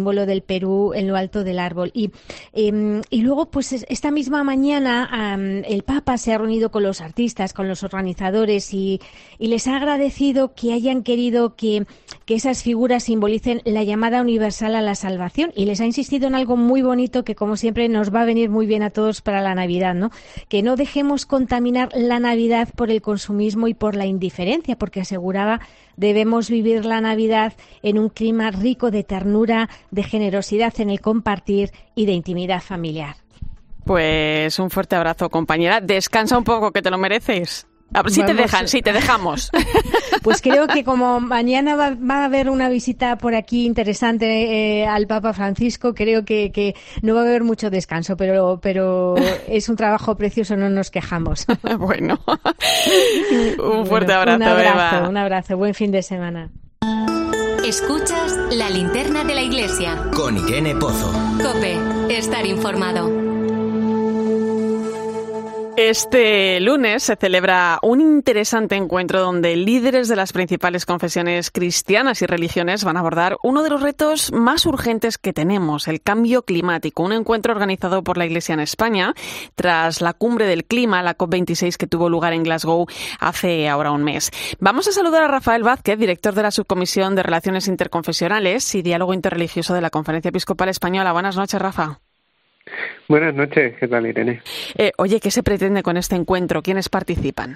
símbolo del Perú, en lo alto del árbol. Y, eh, y luego, pues esta misma mañana um, el Papa se ha reunido con los artistas, con los organizadores y, y les ha agradecido que hayan querido que, que esas figuras simbolicen la llamada universal a la salvación, y les ha insistido en algo muy bonito que, como siempre, nos va a venir muy bien a todos para la Navidad, ¿no? Que no dejemos contaminar la Navidad por el consumismo y por la indiferencia, porque aseguraba debemos vivir la Navidad en un clima rico de ternura, de generosidad en el compartir y de intimidad familiar. Pues un fuerte abrazo, compañera. Descansa un poco, que te lo mereces. A ver si te dejan, sí, te dejamos. Pues creo que como mañana va, va a haber una visita por aquí interesante eh, al Papa Francisco, creo que, que no va a haber mucho descanso, pero, pero es un trabajo precioso, no nos quejamos. Bueno, un fuerte bueno, abrazo, un abrazo, Eva. Un abrazo, buen fin de semana. Escuchas La Linterna de la Iglesia. Con Irene Pozo. COPE, estar informado. Este lunes se celebra un interesante encuentro donde líderes de las principales confesiones cristianas y religiones van a abordar uno de los retos más urgentes que tenemos, el cambio climático. Un encuentro organizado por la Iglesia en España tras la cumbre del clima, la COP veintiséis, que tuvo lugar en Glasgow hace ahora un mes. Vamos a saludar a Rafael Vázquez, director de la Subcomisión de Relaciones Interconfesionales y Diálogo Interreligioso de la Conferencia Episcopal Española. Buenas noches, Rafa. Buenas noches, ¿qué tal, Irene? Eh, oye, ¿qué se pretende con este encuentro? ¿Quiénes participan?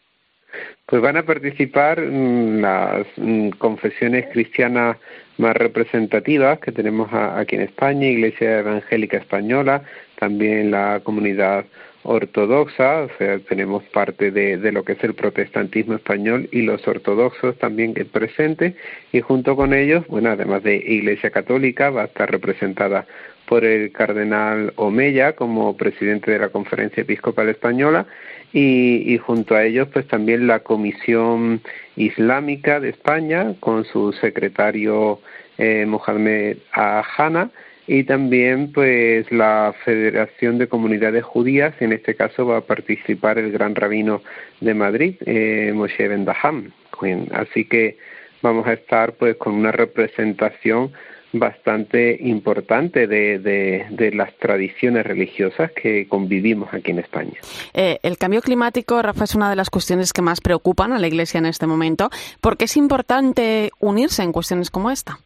Pues van a participar mmm, las mmm, confesiones cristianas más representativas que tenemos a, aquí en España, Iglesia Evangélica Española, también la comunidad ortodoxa, o sea, tenemos parte de, de lo que es el protestantismo español y los ortodoxos también que presentes, y junto con ellos, bueno, además de Iglesia Católica, va a estar representada por el cardenal Omeya como presidente de la Conferencia Episcopal Española, y, y junto a ellos pues también la Comisión Islámica de España con su secretario eh, Mohamed Ahana, y también pues la Federación de Comunidades Judías. En este caso va a participar el gran rabino de Madrid, eh, Moshe Ben Daham. Así que vamos a estar pues con una representación bastante importante de, de, de las tradiciones religiosas que convivimos aquí en España. Eh, el cambio climático, Rafa, es una de las cuestiones que más preocupan a la Iglesia en este momento. ¿Por qué es importante unirse en cuestiones como esta?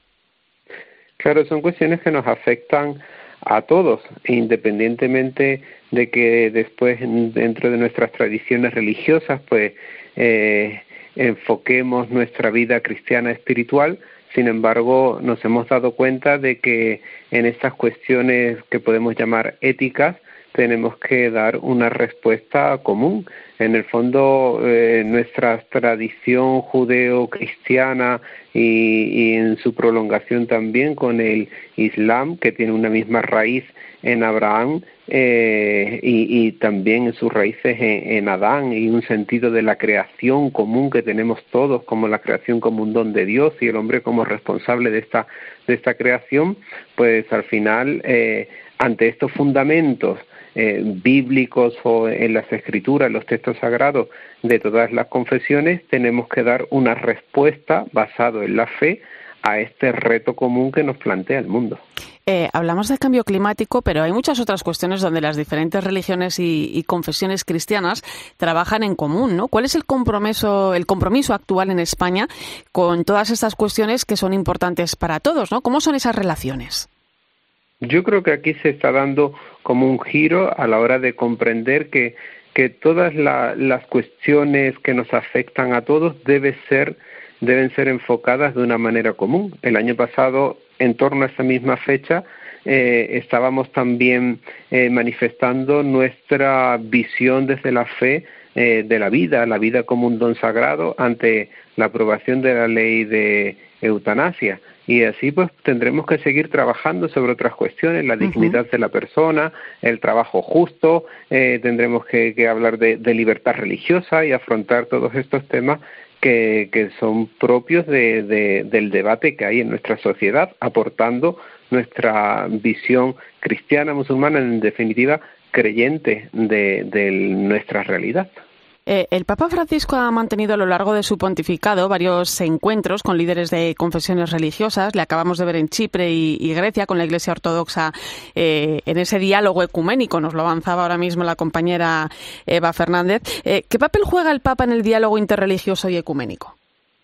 Claro, son cuestiones que nos afectan a todos, independientemente de que después dentro de nuestras tradiciones religiosas pues eh, enfoquemos nuestra vida cristiana espiritual. Sin embargo, nos hemos dado cuenta de que en estas cuestiones que podemos llamar éticas tenemos que dar una respuesta común. En el fondo, eh, nuestra tradición judeo-cristiana y, y en su prolongación también con el Islam, que tiene una misma raíz en Abraham eh, y, y también en sus raíces en, en Adán, y un sentido de la creación común que tenemos todos, como la creación como un don de Dios y el hombre como responsable de esta, de esta creación, pues al final, eh, ante estos fundamentos Eh, bíblicos o en las escrituras, los textos sagrados de todas las confesiones, tenemos que dar una respuesta basado en la fe a este reto común que nos plantea el mundo. Eh, hablamos de cambio climático, pero hay muchas otras cuestiones donde las diferentes religiones y, y confesiones cristianas trabajan en común, ¿no? ¿Cuál es el compromiso, el compromiso actual en España con todas estas cuestiones que son importantes para todos, ¿no? ¿Cómo son esas relaciones? Yo creo que aquí se está dando como un giro a la hora de comprender que, que todas la, las cuestiones que nos afectan a todos debe ser, deben ser enfocadas de una manera común. El año pasado, en torno a esta misma fecha, eh, estábamos también eh, manifestando nuestra visión desde la fe eh, de la vida, la vida como un don sagrado ante la aprobación de la ley de eutanasia. Y así pues tendremos que seguir trabajando sobre otras cuestiones, la dignidad uh-huh. de la persona, el trabajo justo, eh, tendremos que, que hablar de, de libertad religiosa y afrontar todos estos temas que, que son propios de, de, del debate que hay en nuestra sociedad, aportando nuestra visión cristiana, musulmana, en definitiva creyente de, de nuestra realidad. Eh, el Papa Francisco ha mantenido a lo largo de su pontificado varios encuentros con líderes de confesiones religiosas. Le acabamos de ver en Chipre y, y Grecia con la Iglesia Ortodoxa eh, en ese diálogo ecuménico. Nos lo avanzaba ahora mismo la compañera Eva Fernández. Eh, ¿Qué papel juega el Papa en el diálogo interreligioso y ecuménico?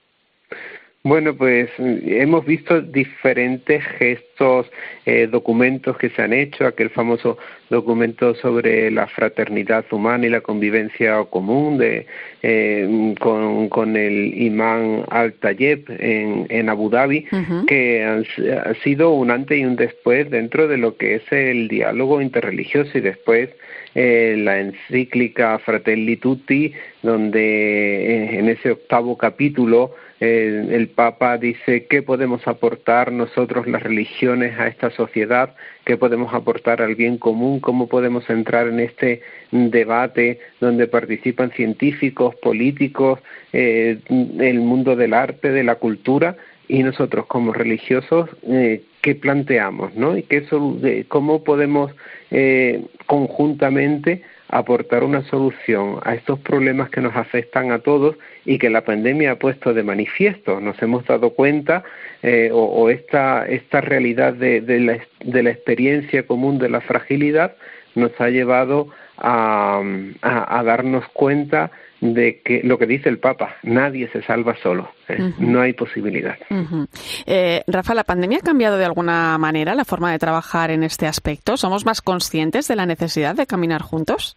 Bueno, pues hemos visto diferentes gestos, eh, documentos que se han hecho, aquel famoso documento sobre la fraternidad humana y la convivencia común de eh, con, con el imán Al-Tayeb en, en Abu Dhabi, uh-huh. que han, ha sido un antes y un después dentro de lo que es el diálogo interreligioso, y después eh, la encíclica Fratelli Tutti, donde eh, en ese octavo capítulo El, el Papa dice qué podemos aportar nosotros las religiones a esta sociedad, qué podemos aportar al bien común, cómo podemos entrar en este debate donde participan científicos, políticos, eh, el mundo del arte, de la cultura, y nosotros como religiosos eh, qué planteamos, ¿no? Y qué de, cómo podemos eh, conjuntamente aportar una solución a estos problemas que nos afectan a todos y que la pandemia ha puesto de manifiesto. Nos hemos dado cuenta eh, o, o esta esta realidad de, de, la, de la experiencia común de la fragilidad nos ha llevado a, a, a darnos cuenta de que lo que dice el Papa, nadie se salva solo, ¿eh? Uh-huh. No hay posibilidad. Uh-huh. Eh, Rafa, ¿la pandemia ha cambiado de alguna manera la forma de trabajar en este aspecto? ¿Somos más conscientes de la necesidad de caminar juntos?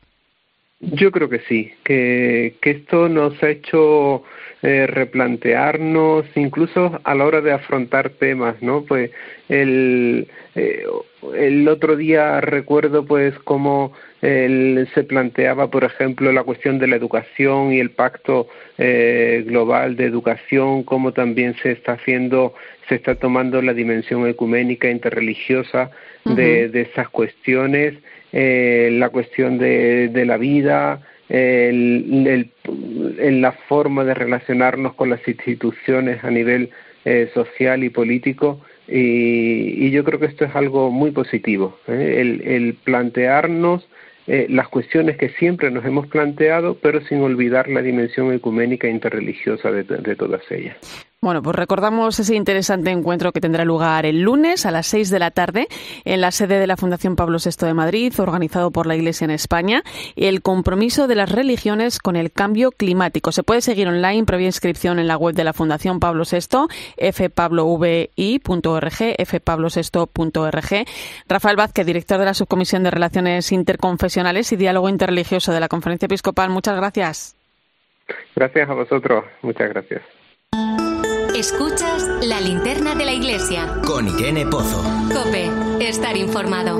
Yo creo que sí, que, que esto nos ha hecho eh, replantearnos, incluso a la hora de afrontar temas, ¿no? Pues el, eh, el otro día recuerdo pues cómo él se planteaba, por ejemplo, la cuestión de la educación y el pacto eh, global de educación, cómo también se está haciendo, se está tomando la dimensión ecuménica interreligiosa de, uh-huh. de esas cuestiones. Eh, la cuestión de, de la vida, el, el, el, la forma de relacionarnos con las instituciones a nivel eh, social y político, y, y yo creo que esto es algo muy positivo, ¿eh? el, el plantearnos eh, las cuestiones que siempre nos hemos planteado, pero sin olvidar la dimensión ecuménica e interreligiosa de, de todas ellas. Bueno, pues recordamos ese interesante encuentro que tendrá lugar el lunes a las seis de la tarde en la sede de la Fundación Pablo sexto de Madrid, organizado por la Iglesia en España, el compromiso de las religiones con el cambio climático. Se puede seguir online previa inscripción en la web de la Fundación Pablo sexto, f pablo v i punto org, f pablo sexto punto org. Rafael Vázquez, director de la Subcomisión de Relaciones Interconfesionales y Diálogo Interreligioso de la Conferencia Episcopal, muchas gracias. Gracias a vosotros, muchas gracias. Escuchas La Linterna de la Iglesia. Con Irene Pozo. COPE. Estar informado.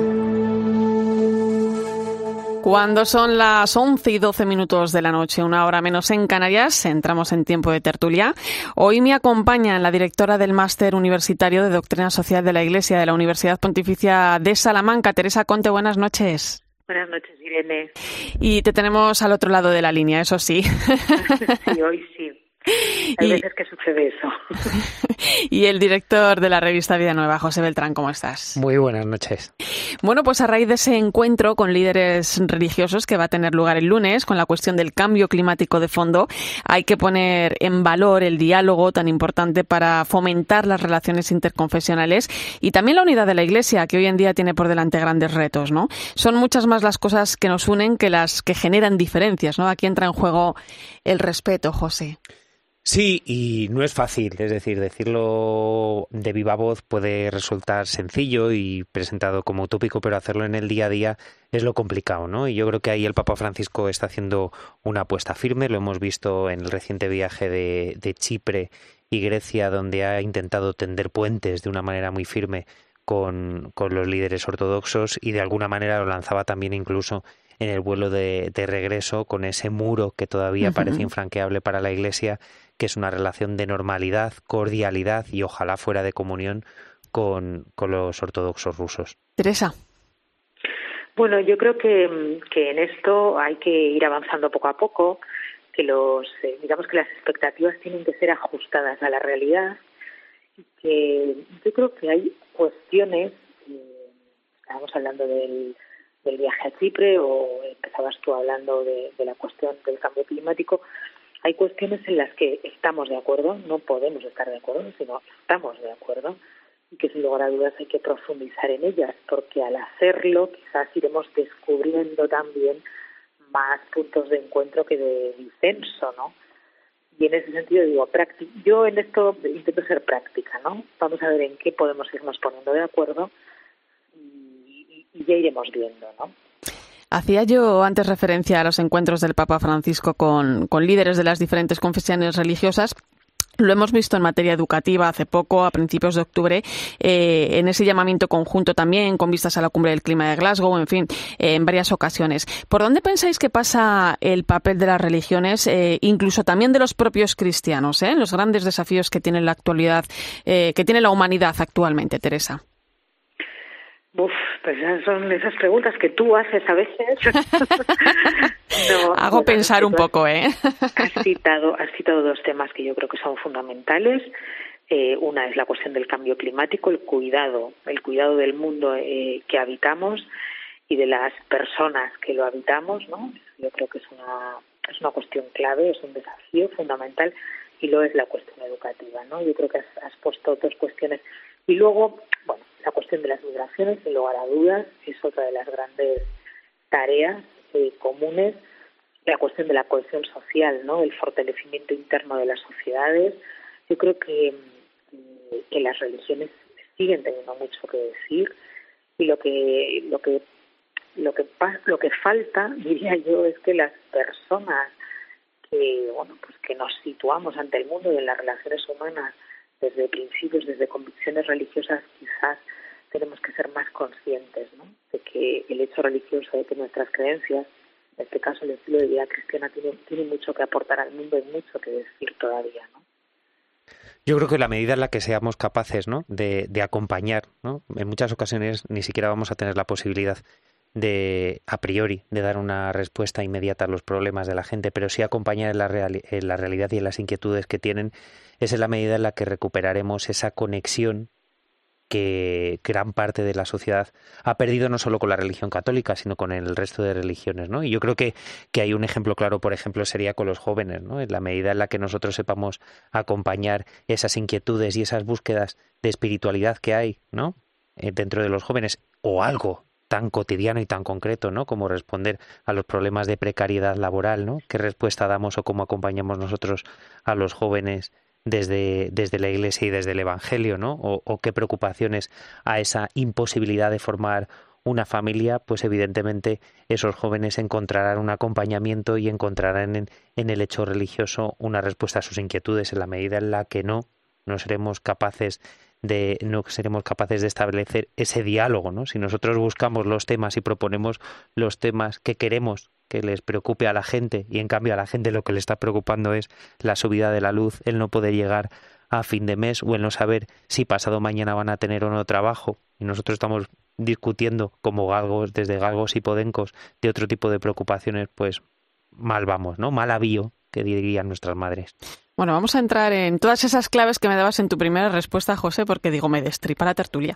Cuando son las once y doce minutos de la noche, una hora menos en Canarias, entramos en tiempo de tertulia. Hoy me acompaña la directora del Máster Universitario de Doctrina Social de la Iglesia de la Universidad Pontificia de Salamanca, Teresa Conte. Buenas noches. Buenas noches, Irene. Y te tenemos al otro lado de la línea, eso sí. Sí, hoy sí. Hay y, veces que sucede eso. Y el director de la revista Vida Nueva, José Beltrán, ¿cómo estás? Muy buenas noches. Bueno, pues a raíz de ese encuentro con líderes religiosos que va a tener lugar el lunes, con la cuestión del cambio climático de fondo, hay que poner en valor el diálogo tan importante para fomentar las relaciones interconfesionales y también la unidad de la Iglesia, que hoy en día tiene por delante grandes retos, ¿no? Son muchas más las cosas que nos unen que las que generan diferencias, ¿no? Aquí entra en juego el respeto, José. Sí, y no es fácil, es decir, decirlo de viva voz puede resultar sencillo y presentado como utópico, pero hacerlo en el día a día es lo complicado, ¿no? Y yo creo que ahí el Papa Francisco está haciendo una apuesta firme, lo hemos visto en el reciente viaje de, de Chipre y Grecia, donde ha intentado tender puentes de una manera muy firme con, con los líderes ortodoxos, y de alguna manera lo lanzaba también incluso en el vuelo de, de regreso, con ese muro que todavía uh-huh. parece infranqueable para la Iglesia, que es una relación de normalidad, cordialidad y ojalá fuera de comunión con, con los ortodoxos rusos. Teresa. Bueno, yo creo que, que en esto hay que ir avanzando poco a poco, que los eh, digamos que las expectativas tienen que ser ajustadas a la realidad, y que yo creo que hay cuestiones, eh, estábamos hablando del del viaje a Chipre, o empezabas tú hablando de, de la cuestión del cambio climático. Hay cuestiones en las que estamos de acuerdo, no podemos estar de acuerdo, sino estamos de acuerdo, y que sin lugar a dudas hay que profundizar en ellas, porque al hacerlo quizás iremos descubriendo también más puntos de encuentro que de disenso, ¿no? Y en ese sentido digo, prácti- yo en esto intento ser práctica, ¿no? Vamos a ver en qué podemos irnos poniendo de acuerdo y, y, y ya iremos viendo, ¿no? Hacía yo antes referencia a los encuentros del Papa Francisco con, con líderes de las diferentes confesiones religiosas. Lo hemos visto en materia educativa hace poco, a principios de octubre, eh, en ese llamamiento conjunto también, con vistas a la cumbre del clima de Glasgow, en fin, eh, en varias ocasiones. ¿Por dónde pensáis que pasa el papel de las religiones, eh, incluso también de los propios cristianos, eh, en los grandes desafíos que tiene la actualidad, eh, que tiene la humanidad actualmente, Teresa? Uf, pues esas son esas preguntas que tú haces a veces. no, Hago bueno, pensar un poco, ¿eh? has citado, has citado dos temas que yo creo que son fundamentales. Eh, una es la cuestión del cambio climático, el cuidado, el cuidado del mundo eh, que habitamos y de las personas que lo habitamos, ¿no? Yo creo que es una es una cuestión clave, es un desafío fundamental, y lo es la cuestión educativa, ¿no? Yo creo que has, has puesto dos cuestiones. Y luego, bueno, la cuestión de las migraciones, sin lugar a dudas, es otra de las grandes tareas eh, comunes. La cuestión de la cohesión social, ¿no? El fortalecimiento interno de las sociedades. Yo creo que, que las religiones siguen teniendo mucho que decir, y lo que lo que lo que lo que falta, diría yo, es que las personas que bueno pues que nos situamos ante el mundo y en las relaciones humanas desde principios, desde convicciones religiosas, quizás tenemos que ser más conscientes, ¿no? De que el hecho religioso, de que nuestras creencias, en este caso el estilo de vida cristiana, tiene, tiene mucho que aportar al mundo y mucho que decir todavía, ¿no? Yo creo que la medida en la que seamos capaces, ¿no? de, de acompañar, ¿no? En muchas ocasiones ni siquiera vamos a tener la posibilidad de, a priori, de dar una respuesta inmediata a los problemas de la gente, pero sí acompañar en la, real, en la realidad y en las inquietudes que tienen. Esa es la medida en la que recuperaremos esa conexión que gran parte de la sociedad ha perdido, no solo con la religión católica, sino con el resto de religiones, ¿no? Y yo creo que, que hay un ejemplo claro, por ejemplo, sería con los jóvenes, ¿no? En la medida en la que nosotros sepamos acompañar esas inquietudes y esas búsquedas de espiritualidad que hay, ¿no? Eh, dentro de los jóvenes, o algo tan cotidiano y tan concreto, ¿no? Como responder a los problemas de precariedad laboral, ¿no? ¿Qué respuesta damos o cómo acompañamos nosotros a los jóvenes desde, desde la Iglesia y desde el Evangelio, ¿no? O, o qué preocupaciones a esa imposibilidad de formar una familia, pues evidentemente esos jóvenes encontrarán un acompañamiento y encontrarán en, en el hecho religioso una respuesta a sus inquietudes, en la medida en la que no, no seremos capaces de no seremos capaces de establecer ese diálogo, ¿no? Si nosotros buscamos los temas y proponemos los temas que queremos que les preocupe a la gente, y en cambio a la gente lo que le está preocupando es la subida de la luz, el no poder llegar a fin de mes o el no saber si pasado mañana van a tener o no trabajo, y nosotros estamos discutiendo como galgos, desde galgos y podencos, de otro tipo de preocupaciones, pues mal vamos, ¿no? Mal avío, que dirían nuestras madres. Bueno, vamos a entrar en todas esas claves que me dabas en tu primera respuesta, José, porque digo, me destripa la tertulia.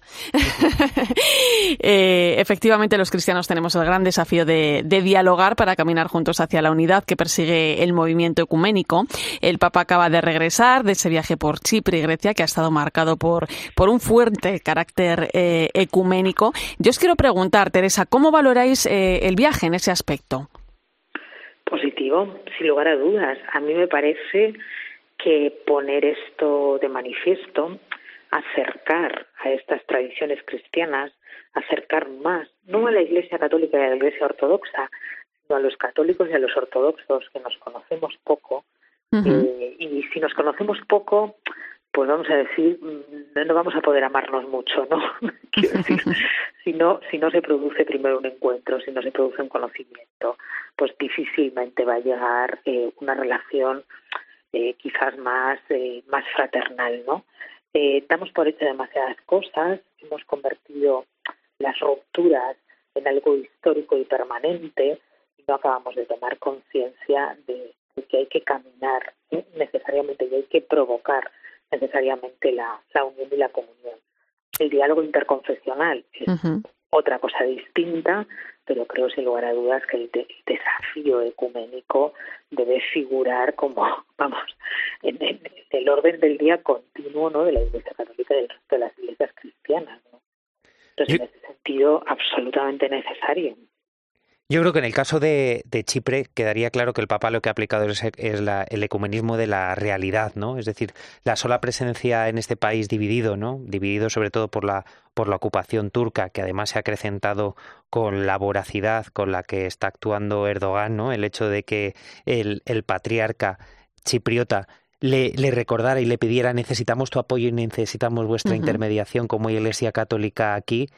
eh, efectivamente, los cristianos tenemos el gran desafío de, de dialogar para caminar juntos hacia la unidad que persigue el movimiento ecuménico. El Papa acaba de regresar de ese viaje por Chipre y Grecia, que ha estado marcado por, por un fuerte carácter eh, ecuménico. Yo os quiero preguntar, Teresa, ¿cómo valoráis eh, el viaje en ese aspecto? Positivo, sin lugar a dudas. A mí me parece que poner esto de manifiesto, acercar a estas tradiciones cristianas, acercar más, no a la Iglesia católica y a la Iglesia ortodoxa, sino a los católicos y a los ortodoxos, que nos conocemos poco. Uh-huh. eh, y si nos conocemos poco, pues vamos a decir, no vamos a poder amarnos mucho, ¿no? Quiero decir, si no, si no se produce primero un encuentro, si no se produce un conocimiento, pues difícilmente va a llegar eh, una relación eh, quizás más eh, más fraternal, ¿no? Eh, damos por hecho demasiadas cosas, hemos convertido las rupturas en algo histórico y permanente y no acabamos de tomar conciencia de, de que hay que caminar ¿eh? necesariamente y hay que provocar necesariamente la, la unión y la comunión. El diálogo interconfesional es, uh-huh. otra cosa distinta, pero creo sin lugar a dudas que el, de, el desafío ecuménico debe figurar como, vamos, en, en, en el orden del día continuo, ¿no?, de la Iglesia Católica y del resto de las iglesias cristianas, ¿no? Entonces, en ese sentido, absolutamente necesario. Yo creo que en el caso de, de Chipre quedaría claro que el Papa lo que ha aplicado es, es la, el ecumenismo de la realidad, ¿no? Es decir, la sola presencia en este país dividido, ¿no? Dividido sobre todo por la por la ocupación turca, que además se ha acrecentado con la voracidad con la que está actuando Erdogan, ¿no? El hecho de que el, el patriarca chipriota le, le recordara y le pidiera necesitamos tu apoyo y necesitamos vuestra uh-huh. intermediación como Iglesia Católica aquí.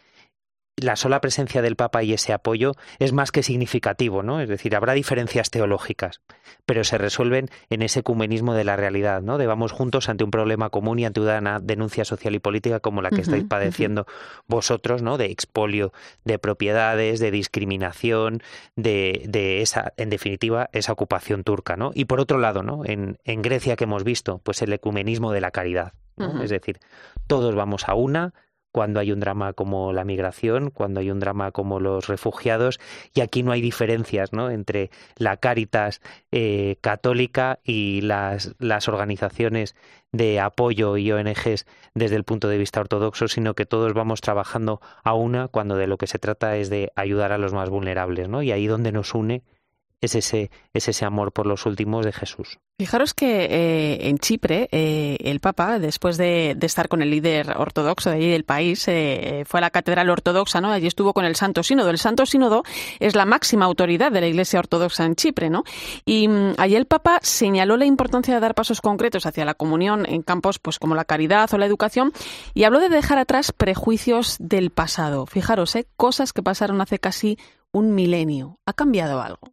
La sola presencia del Papa y ese apoyo es más que significativo, ¿no? Es decir, habrá diferencias teológicas, pero se resuelven en ese ecumenismo de la realidad, ¿no? De vamos juntos ante un problema común y ante una denuncia social y política como la que uh-huh, estáis padeciendo uh-huh. vosotros, ¿no? De expolio de propiedades, de discriminación, de, de esa, en definitiva, esa ocupación turca, ¿no? Y por otro lado, ¿no? En, en Grecia que hemos visto, pues el ecumenismo de la caridad, ¿no? Uh-huh. Es decir, todos vamos a una cuando hay un drama como la migración, cuando hay un drama como los refugiados, y aquí no hay diferencias, ¿no?, entre la Cáritas eh, católica y las, las organizaciones de apoyo y O N Ges desde el punto de vista ortodoxo, sino que todos vamos trabajando a una cuando de lo que se trata es de ayudar a los más vulnerables, ¿no? Y ahí donde nos une es ese, es ese amor por los últimos de Jesús. Fijaros que eh, en Chipre eh, el Papa, después de, de estar con el líder ortodoxo de allí del país, eh, fue a la catedral ortodoxa, ¿no? Allí estuvo con el Santo Sínodo. El Santo Sínodo es la máxima autoridad de la Iglesia ortodoxa en Chipre, ¿no? Y mmm, allí el Papa señaló la importancia de dar pasos concretos hacia la comunión en campos pues como la caridad o la educación y habló de dejar atrás prejuicios del pasado. Fijaros, ¿eh? Cosas que pasaron hace casi un milenio. ¿Ha cambiado algo?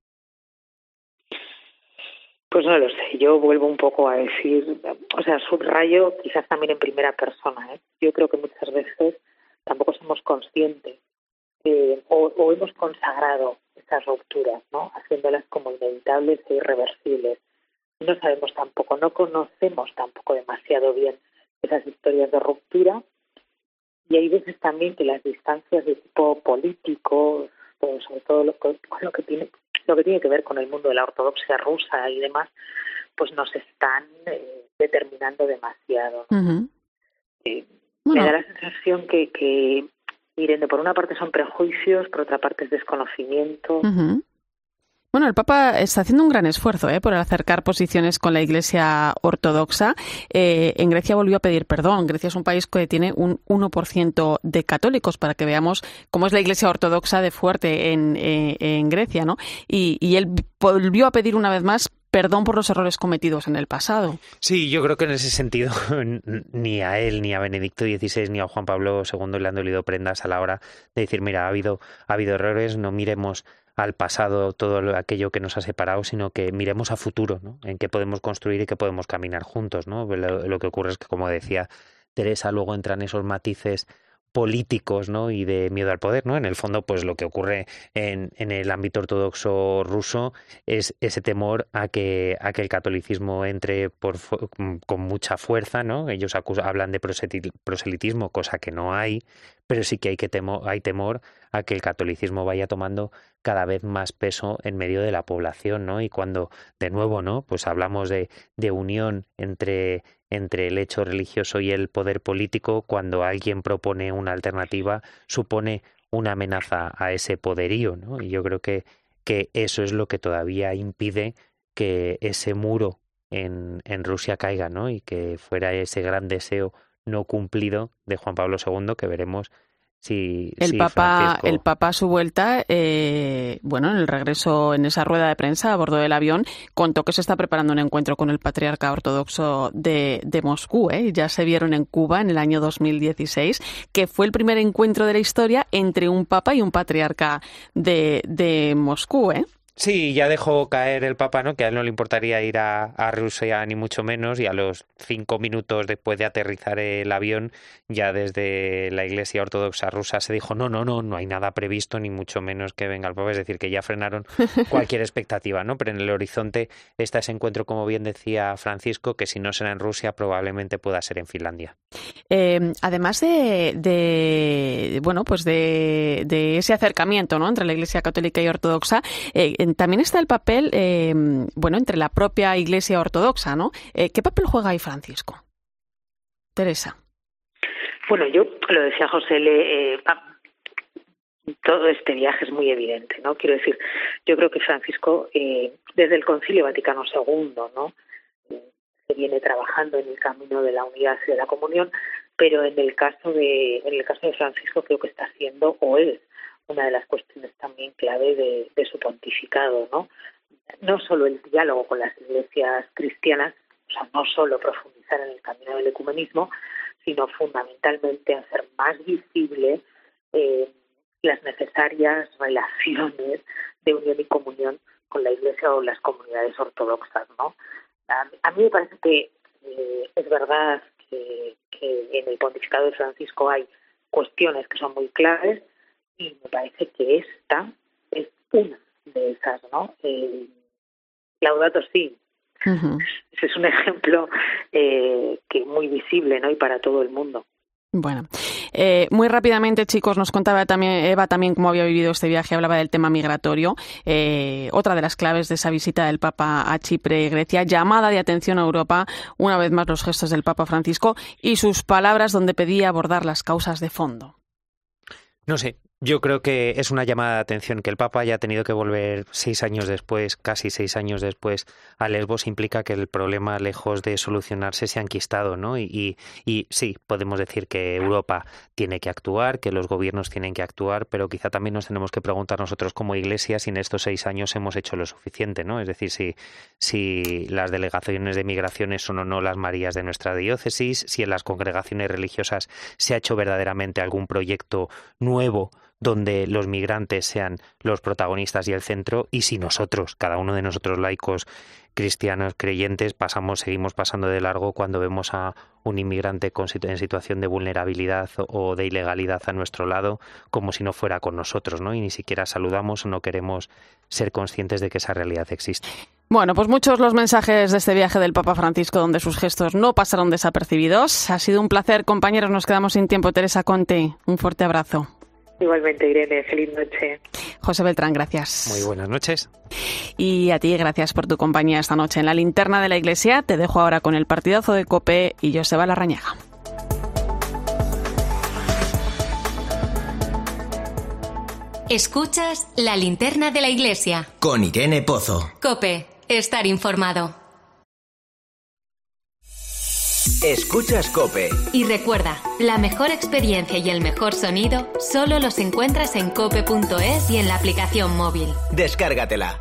Pues no lo sé, yo vuelvo un poco a decir, o sea, subrayo quizás también en primera persona, ¿eh? Yo creo que muchas veces tampoco somos conscientes eh, o, o hemos consagrado estas rupturas, ¿no?, haciéndolas como inevitables e irreversibles. No sabemos tampoco, no conocemos tampoco demasiado bien esas historias de ruptura y hay veces también que las distancias de tipo político, pues sobre todo lo que, lo que tiene lo que tiene que ver con el mundo de la ortodoxia rusa y demás, pues nos están eh, determinando demasiado, ¿no? Uh-huh. Eh, bueno. Me da la sensación que, que, Irene, por una parte son prejuicios, por otra parte es desconocimiento. Uh-huh. Bueno, el Papa está haciendo un gran esfuerzo ¿eh? por acercar posiciones con la Iglesia ortodoxa. Eh, en Grecia volvió a pedir perdón. Grecia es un país que tiene un uno por ciento de católicos, para que veamos cómo es la Iglesia ortodoxa de fuerte en, eh, en Grecia, ¿no? Y, y él volvió a pedir una vez más perdón por los errores cometidos en el pasado. Sí, yo creo que en ese sentido ni a él, ni a Benedicto dieciséis, ni a Juan Pablo segundo le han dolido prendas a la hora de decir, mira, ha habido, ha habido errores, no miremos al pasado todo aquello que nos ha separado, sino que miremos a futuro, ¿no? En qué podemos construir y qué podemos caminar juntos, ¿no? Lo, lo que ocurre es que, como decía Teresa, luego entran esos matices políticos, ¿no? Y de miedo al poder, ¿no? En el fondo, pues lo que ocurre en, en el ámbito ortodoxo ruso es ese temor a que a que el catolicismo entre por con mucha fuerza, ¿no? Ellos acusan, hablan de proselitismo, cosa que no hay, pero sí que hay que temo, hay temor a que el catolicismo vaya tomando cada vez más peso en medio de la población, ¿no? Y cuando, de nuevo, ¿no? Pues hablamos de, de unión entre entre el hecho religioso y el poder político, cuando alguien propone una alternativa, supone una amenaza a ese poderío, ¿no? Y yo creo que, que eso es lo que todavía impide que ese muro en, en Rusia caiga, ¿no? Y que fuera ese gran deseo no cumplido de Juan Pablo segundo, que veremos si, el si Papa Francisco... el Papa a su vuelta, eh, bueno, en el regreso, en esa rueda de prensa a bordo del avión, contó que se está preparando un encuentro con el patriarca ortodoxo de, de Moscú, ¿eh? Ya se vieron en Cuba en el año dos mil dieciséis, que fue el primer encuentro de la historia entre un papa y un patriarca de, de Moscú, ¿eh? Sí, ya dejó caer el Papa, ¿no? Que a él no le importaría ir a, a Rusia ni mucho menos, y a los cinco minutos después de aterrizar el avión, ya desde la Iglesia Ortodoxa rusa se dijo no, no, no, no hay nada previsto ni mucho menos que venga el Papa, es decir, que ya frenaron cualquier expectativa, ¿no? Pero en el horizonte está ese encuentro, como bien decía Francisco, que si no será en Rusia probablemente pueda ser en Finlandia. Eh, además de, de bueno, pues de, de ese acercamiento, ¿no? Entre la Iglesia Católica y Ortodoxa, eh, también está el papel, eh, bueno, entre la propia Iglesia Ortodoxa, ¿no? Eh, ¿Qué papel juega ahí Francisco? Teresa. Bueno, yo lo decía José, le, eh, todo este viaje es muy evidente, ¿no? Quiero decir, yo creo que Francisco, eh, desde el Concilio Vaticano segundo, ¿no? Eh, se viene trabajando en el camino de la unidad y de la comunión, pero en el caso de, en el caso de Francisco creo que está haciendo, o es, una de las cuestiones también clave de, de su pontificado, ¿no? No solo el diálogo con las iglesias cristianas, o sea, no solo profundizar en el camino del ecumenismo, sino fundamentalmente hacer más visible eh, las necesarias relaciones de unión y comunión con la Iglesia o las comunidades ortodoxas, ¿no? A, a mí me parece que eh, es verdad que, que en el pontificado de Francisco hay cuestiones que son muy claves, y me parece que esta es una de esas, ¿no? Eh, Laudato Si. Uh-huh. Ese es un ejemplo eh, que muy visible, ¿no? Y para todo el mundo. Bueno, eh, muy rápidamente, chicos, nos contaba también Eva también cómo había vivido este viaje, hablaba del tema migratorio. Eh, otra de las claves de esa visita del Papa a Chipre y Grecia, llamada de atención a Europa, una vez más los gestos del Papa Francisco y sus palabras donde pedía abordar las causas de fondo. No sé, yo creo que es una llamada de atención que el Papa haya tenido que volver seis años después, casi seis años después, a Lesbos, implica que el problema, lejos de solucionarse, se ha enquistado, ¿no? Y, y, y sí, podemos decir que Europa tiene que actuar, que los gobiernos tienen que actuar, pero quizá también nos tenemos que preguntar nosotros como Iglesia si en estos seis años hemos hecho lo suficiente, ¿no? Es decir, si, si las delegaciones de migraciones son o no las Marías de nuestra diócesis, si en las congregaciones religiosas se ha hecho verdaderamente algún proyecto nuevo donde los migrantes sean los protagonistas y el centro, y si nosotros, cada uno de nosotros laicos, cristianos, creyentes, pasamos, seguimos pasando de largo cuando vemos a un inmigrante en situación de vulnerabilidad o de ilegalidad a nuestro lado, como si no fuera con nosotros, ¿no? Y ni siquiera saludamos o no queremos ser conscientes de que esa realidad existe. Bueno, pues muchos los mensajes de este viaje del Papa Francisco donde sus gestos no pasaron desapercibidos. Ha sido un placer, compañeros, nos quedamos sin tiempo. Teresa Conte, un fuerte abrazo. Igualmente, Irene, feliz noche. José Beltrán, gracias. Muy buenas noches. Y a ti, gracias por tu compañía esta noche en la Linterna de la Iglesia. Te dejo ahora con el partidazo de COPE y Joseba Larrañaga. Escuchas la Linterna de la Iglesia. Con Irene Pozo. COPE, estar informado. Escuchas COPE. Y recuerda, la mejor experiencia y el mejor sonido solo los encuentras en cope punto es y en la aplicación móvil. Descárgatela.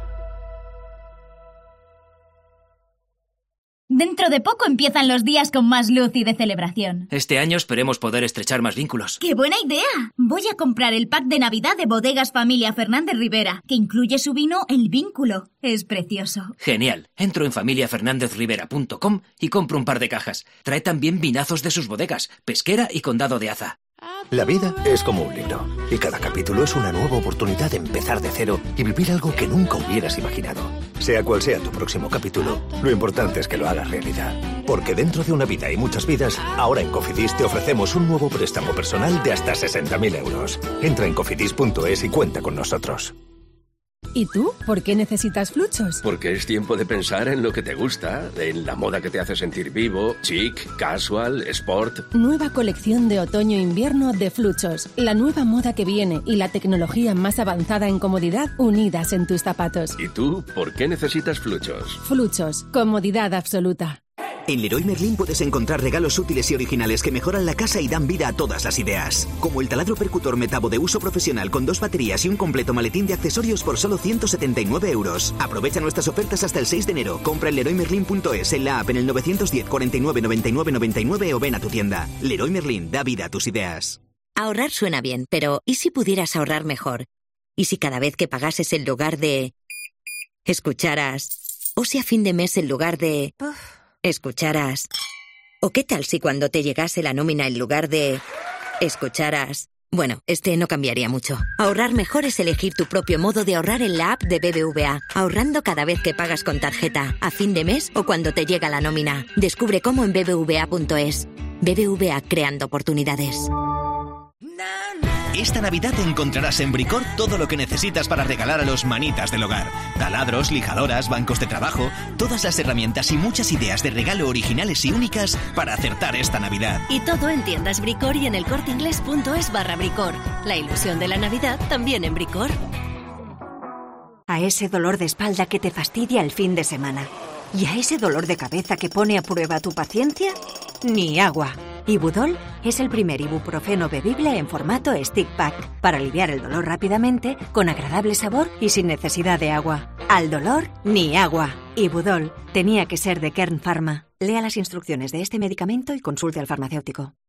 Dentro de poco empiezan los días con más luz y de celebración. Este año esperemos poder estrechar más vínculos. ¡Qué buena idea! Voy a comprar el pack de Navidad de Bodegas Familia Fernández Rivera, que incluye su vino El Vínculo. Es precioso. Genial. Entro en familia fernández rivera punto com y compro un par de cajas. Trae también vinazos de sus bodegas, Pesquera y Condado de Aza. La vida es como un libro, y cada capítulo es una nueva oportunidad de empezar de cero y vivir algo que nunca hubieras imaginado. Sea cual sea tu próximo capítulo, lo importante es que lo hagas realidad. Porque dentro de una vida y muchas vidas, ahora en Cofidis te ofrecemos un nuevo préstamo personal de hasta sesenta mil euros. Entra en cofidis punto es y cuenta con nosotros. ¿Y tú? ¿Por qué necesitas Fluchos? Porque es tiempo de pensar en lo que te gusta, en la moda que te hace sentir vivo, chic, casual, sport. Nueva colección de otoño-invierno de Fluchos. La nueva moda que viene y la tecnología más avanzada en comodidad unidas en tus zapatos. ¿Y tú? ¿Por qué necesitas Fluchos? Fluchos. Comodidad absoluta. En Leroy Merlin puedes encontrar regalos útiles y originales que mejoran la casa y dan vida a todas las ideas. Como el taladro percutor Metabo de uso profesional con dos baterías y un completo maletín de accesorios por solo ciento setenta y nueve euros. Aprovecha nuestras ofertas hasta el seis de enero. Compra en leroy merlin punto es, en la app, en el nueve uno cero, cuarenta y nueve, noventa y nueve, noventa y nueve o ven a tu tienda. Leroy Merlin, da vida a tus ideas. Ahorrar suena bien, pero ¿y si pudieras ahorrar mejor? ¿Y si cada vez que pagases en lugar de escucharas. O si a fin de mes en lugar de... escucharas. ¿O qué tal si cuando te llegase la nómina en lugar de... escucharas? Bueno, este no cambiaría mucho. Ahorrar mejor es elegir tu propio modo de ahorrar en la app de B B V A. Ahorrando cada vez que pagas con tarjeta, a fin de mes o cuando te llega la nómina. Descubre cómo en b b v a punto es. B B V A, creando oportunidades. Esta Navidad encontrarás en Bricor todo lo que necesitas para regalar a los manitas del hogar. Taladros, lijadoras, bancos de trabajo, todas las herramientas y muchas ideas de regalo originales y únicas para acertar esta Navidad. Y todo en tiendas Bricor y en el corte inglés punto es barra Bricor. La ilusión de la Navidad también en Bricor. A ese dolor de espalda que te fastidia el fin de semana. ¿Y a ese dolor de cabeza que pone a prueba tu paciencia? Ni agua. Ibudol es el primer ibuprofeno bebible en formato stick pack para aliviar el dolor rápidamente, con agradable sabor y sin necesidad de agua. Al dolor, ni agua. Ibudol tenía que ser de Kern Pharma. Lea las instrucciones de este medicamento y consulte al farmacéutico.